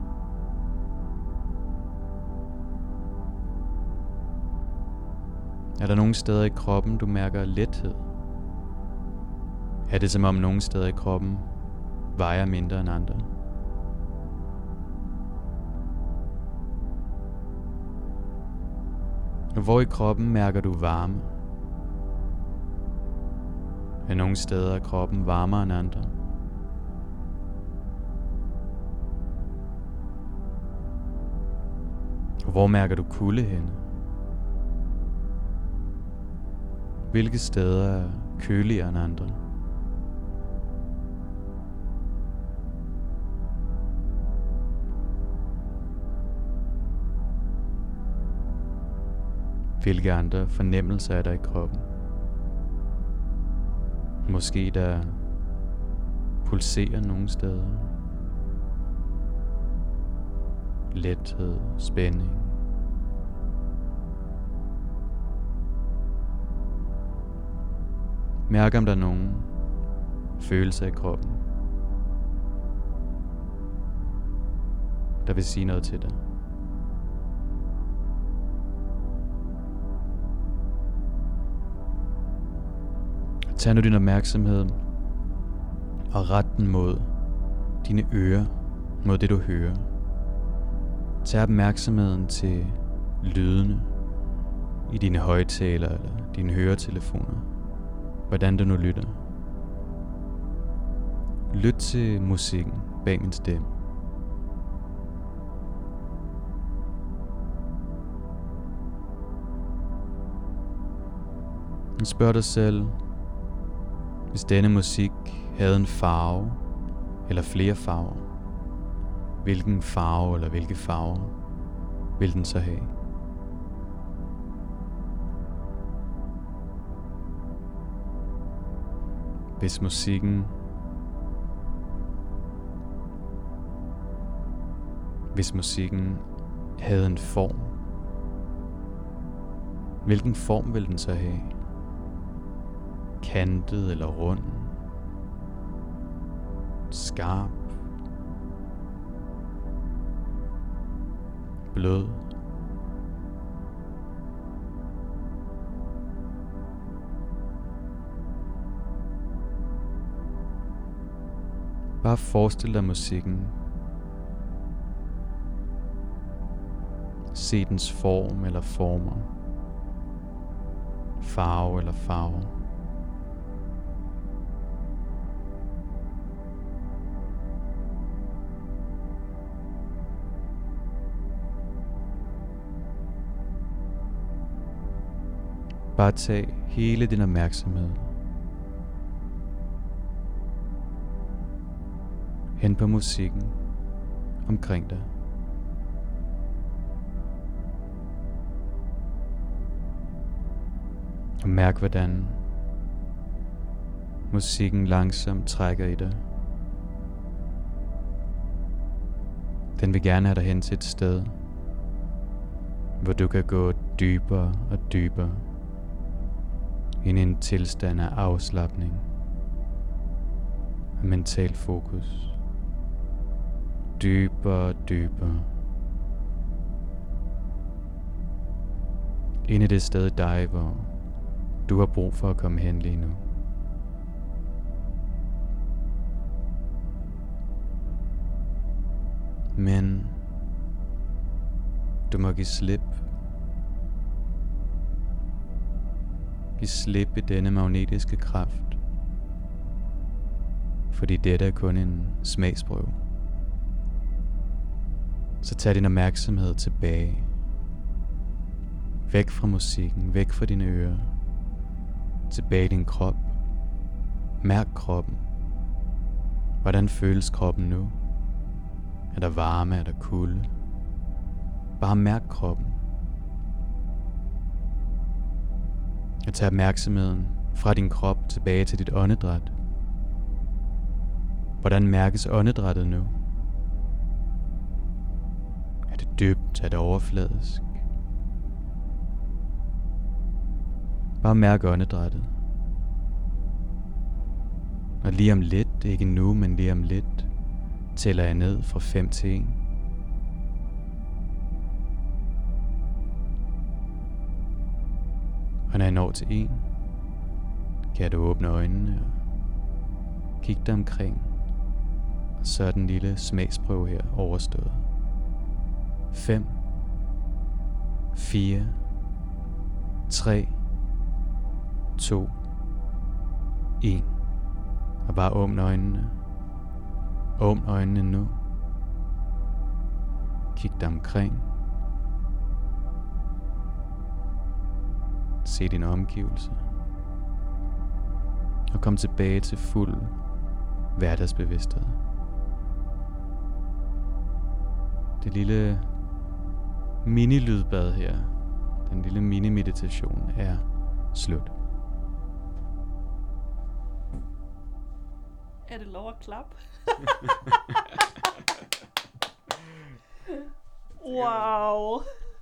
Er der nogle steder i kroppen, du mærker lethed? Er det som om nogle steder i kroppen vejer mindre end andre? Og hvor i kroppen mærker du varme? Er nogle steder af kroppen varmere end andre? Og hvor mærker du kulde henne? Hvilke steder er køligere end andre? Hvilke andre fornemmelser er der i kroppen? Måske der pulserer nogle steder. Lethed, spænding. Mærk om der er nogle følelser i kroppen, der vil sige noget til dig. Tag nu din opmærksomhed og ret den mod dine ører, mod det du hører. Tag opmærksomheden til lydene i dine højttalere eller dine høretelefoner. Hvordan du nu lytter. Lyt til musikken bag min stemme. Spørg dig selv, hvis denne musik havde en farve eller flere farver, hvilken farve eller hvilke farver vil den så have? Hvis musikken havde en form, hvilken form vil den så have? Kantet eller rund? Skarp? Blød? Bare forestil dig musikken. Se dens form eller former. Farve eller farver. Bare tag hele din opmærksomhed hen på musikken omkring dig. Og mærk, hvordan musikken langsomt trækker i dig Den vil gerne have dig hen til et sted, hvor du kan gå dybere og dybere ind i en tilstand af afslapning og mental fokus. Dybere og dybere. Ind i det sted i dig, hvor du har brug for at komme hen lige nu. Men du må give slip. Giv slip i denne magnetiske kraft. Fordi dette er kun en smagsprøve. Så tag din opmærksomhed tilbage. Væk fra musikken, væk fra dine ører. Tilbage i din krop. Mærk kroppen. Hvordan føles kroppen nu? Er der varme? Er der kulde? Bare mærk kroppen. Og tag opmærksomheden fra din krop tilbage til dit åndedræt. Hvordan mærkes åndedrættet nu? Er det dybt? Er det overfladisk? Bare mærk åndedrættet. Og lige om lidt, ikke nu, men lige om lidt, tæller jeg ned fra 5 til 1. Og når jeg når til 1, kan du åbne øjnene og kigge dig omkring. Og så er den lille smagsprøve her overstået. 5, 4, 3, 2, 1. Og bare åbne øjnene. Åbn øjnene nu. Kig dig omkring. Se dine omgivelser. Og kom tilbage til fuld hverdagsbevidsthed. Det lille mini-lydbad her, den lille mini-meditation er slut. Er det lov at klappe? Wow.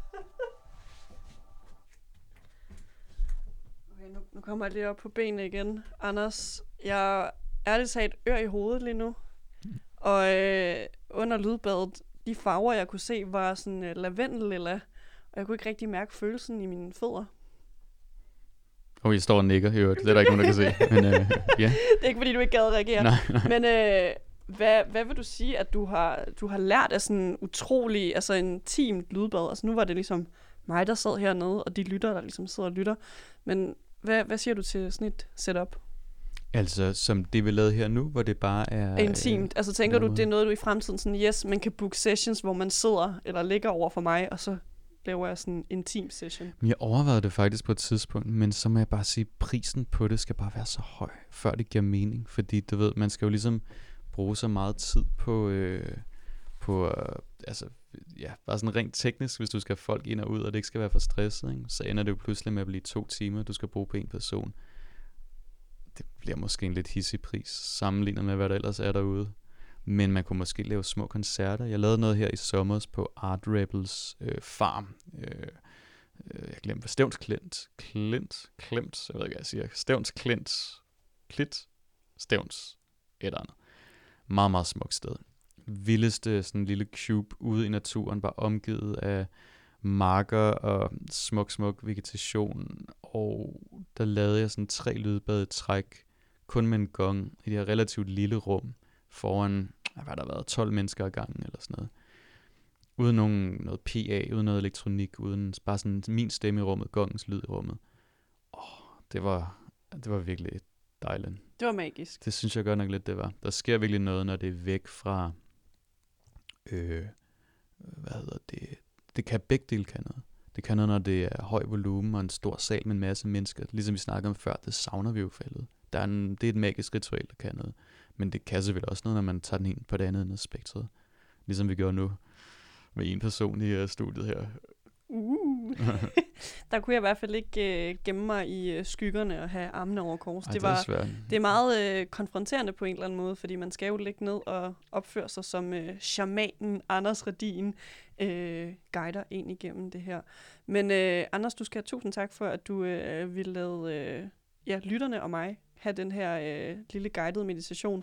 Okay, nu kommer jeg lige op på benene igen. Anders, jeg er ærligt talt ør i hovedet lige nu. Og under lydbadet, de farver jeg kunne se var sådan lavendellilla. Og jeg kunne ikke rigtig mærke følelsen i mine fødder. Jeg står og nikker i øvrigt. Det er der ikke nogen, der kan se. Men, yeah. Det er ikke fordi, du ikke gad reagere. Nej. Men hvad vil du sige, at du har lært af sådan utrolig, altså intimt lydbad? Altså nu var det ligesom mig, der sad hernede, og de lytter, der ligesom sidder og lytter. Men hvad siger du til sådan et setup? Altså som det vi lavede her nu, hvor det bare er intimt. Altså tænker du, det er noget, du i fremtiden sådan, yes, man kan booke sessions, hvor man sidder eller ligger over for mig, og så laver jeg sådan en intim session. Jeg overvejede det faktisk på et tidspunkt, men så må jeg bare sige, prisen på det skal bare være så høj, før det giver mening. Fordi du ved, man skal jo ligesom bruge så meget tid på altså, ja, bare sådan rent teknisk, hvis du skal have folk ind og ud, og det ikke skal være for stresset, ikke? Så ender det jo pludselig med at blive 2 timer, du skal bruge på en person. Det bliver måske en lidt hissig pris, sammenlignet med, hvad der ellers er derude. Men man kunne måske lave små koncerter. Jeg lavede noget her i sommers på Art Rebels farm. Jeg glemte, hvad Stevns Klint, jeg ved ikke, hvad jeg siger. Stevns Klit, Stevns, et eller andet. Meget, meget smukt sted. Vildeste sådan en lille cube ude i naturen, bare omgivet af marker og smuk vegetation. Og der lavede jeg sådan 3 lydbad i træk, kun med en gong, i det her relativt lille rum, foran, hvad der har været, 12 mennesker ad gangen eller sådan noget. Uden noget PA, uden noget elektronik, uden bare sådan min stemme i rummet, gongens lyd i rummet. Det var virkelig dejligt. Det var magisk. Det synes jeg godt nok lidt, det var. Der sker virkelig noget, når det er væk fra, det kan begge dele kan noget. Det kan noget, når det er høj volumen og en stor sal med en masse mennesker. Ligesom vi snakkede om før, det savner vi jo faldet. Det er et magisk ritual, der kan noget. Men det kan selvfølgelig også noget, når man tager den ind på det andet ende af spektret. Ligesom vi gør nu med en person i studiet her. Der kunne jeg i hvert fald ikke gemme mig i skyggerne og have armene over kors. Det er meget konfronterende på en eller anden måde, fordi man skal jo ligge ned og opføre sig som shamanen Anders Redin guider ind igennem det her. Men Anders, du skal have tusind tak for, at du ville lade lytterne og mig have den her lille guidede meditation.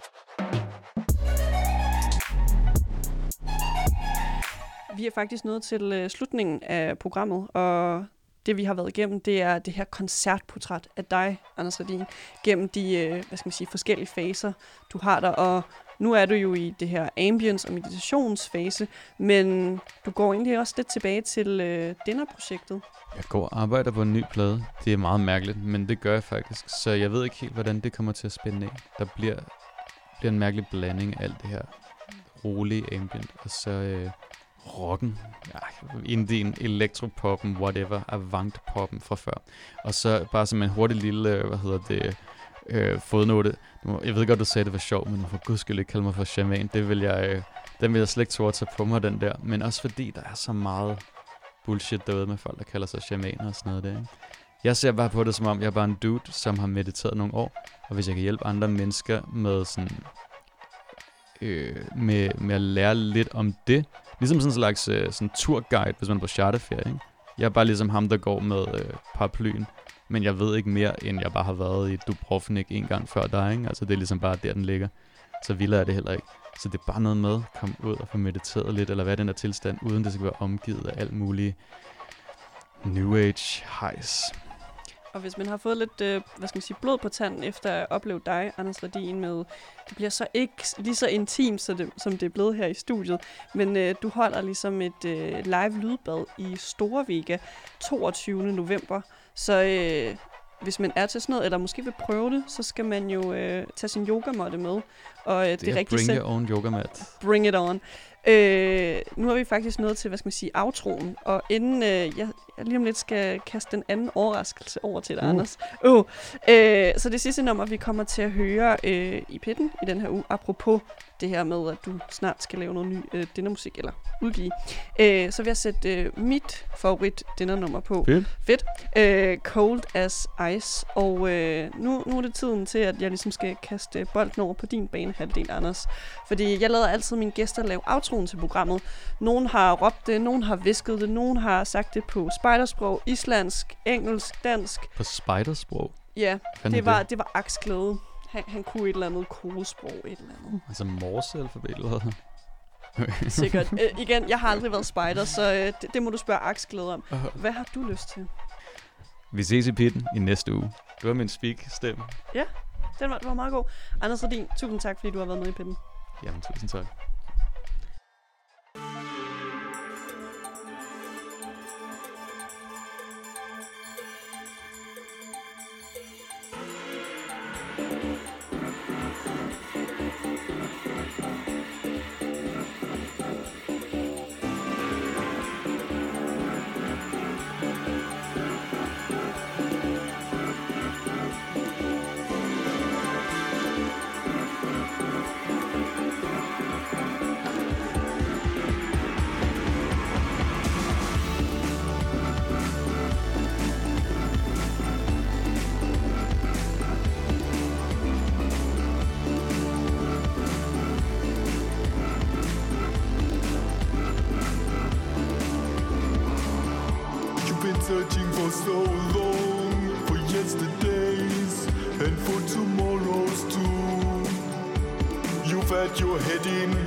Vi er faktisk nået til slutningen af programmet, og det vi har været igennem, det er det her koncertportræt af dig, Anders Redin, gennem de forskellige faser, du har der. Og nu er du jo i det her ambience- og meditationsfase, men du går egentlig også lidt tilbage til Dinner-projektet. Jeg går og arbejder på en ny plade. Det er meget mærkeligt, men det gør jeg faktisk. Så jeg ved ikke helt, hvordan det kommer til at spænde af. Der bliver en mærkelig blanding af alt det her rolige ambient, og så rocken, indien, elektropoppen, whatever, avant-poppen fra før. Og så bare som en hurtig lille, fodnote. Jeg ved godt, du sagde, det var sjovt, men for guds skyld ikke kalde mig for shaman. Den vil jeg slet ikke turde tage på mig, den der. Men også fordi, der er så meget bullshit derude med folk, der kalder sig shamaner og sådan noget der, ikke? Jeg ser bare på det, som om jeg er bare en dude, som har mediteret nogle år. Og hvis jeg kan hjælpe andre mennesker med sådan med at lære lidt om det, ligesom sådan en slags sådan turguide, hvis man er på charterferie, ikke? Jeg er bare ligesom ham, der går med paraplyen, men jeg ved ikke mere, end jeg bare har været i Dubrovnik en gang før dig, ikke? Altså det er ligesom bare der, den ligger. Så vildere er det heller ikke. Så det er bare noget med at komme ud og få mediteret lidt, eller hvad den der tilstand, uden det skal være omgivet af alt muligt New Age hejs. Og hvis man har fået lidt, blod på tanden efter at opleve dig, Anders Redin, med, det bliver så ikke lige så intimt, som det er blevet her i studiet, men du holder ligesom et live lydbad i Store Vega 22. november, så hvis man er til sådan noget, eller måske vil prøve det, så skal man jo tage sin yogamåtte med. Og det er bring your own yogamat. Bring it on. Nu er vi faktisk nået til, outroen, og inden jeg lige om lidt skal kaste den anden overraskelse over til dig, Anders. Så det sidste nummer, vi kommer til at høre i pitten i den her uge, apropos det her med, at du snart skal lave noget ny dinnermusik, eller udgive, så vil jeg sætte mit favorit dinnernummer på. Fedt. Cold as Ice. Og nu er det tiden til, at jeg ligesom skal kaste bolden over på din banehalvdel, Anders. Fordi jeg lader altid mine gæster lave outroen til programmet. Nogen har råbt det, nogen har visket det, nogen har sagt det på spejdersprog, islandsk, engelsk, dansk. På spejdersprog? Ja, det var aksglæde. Han kunne et eller andet kodesprog, et eller andet. Altså morse-alfabet eller hvad? Sikkert. Igen, jeg har aldrig været spejder, så det må du spørge aksglæde om. Hvad har du lyst til? Vi ses i pitten i næste uge. Det var min speak-stemme. Ja, den var meget god. Anders Redin, tusind tak, fordi du har været med i pitten. Jamen, tusind tak. Searching for so long for yesterdays and for tomorrows too. You've had your head in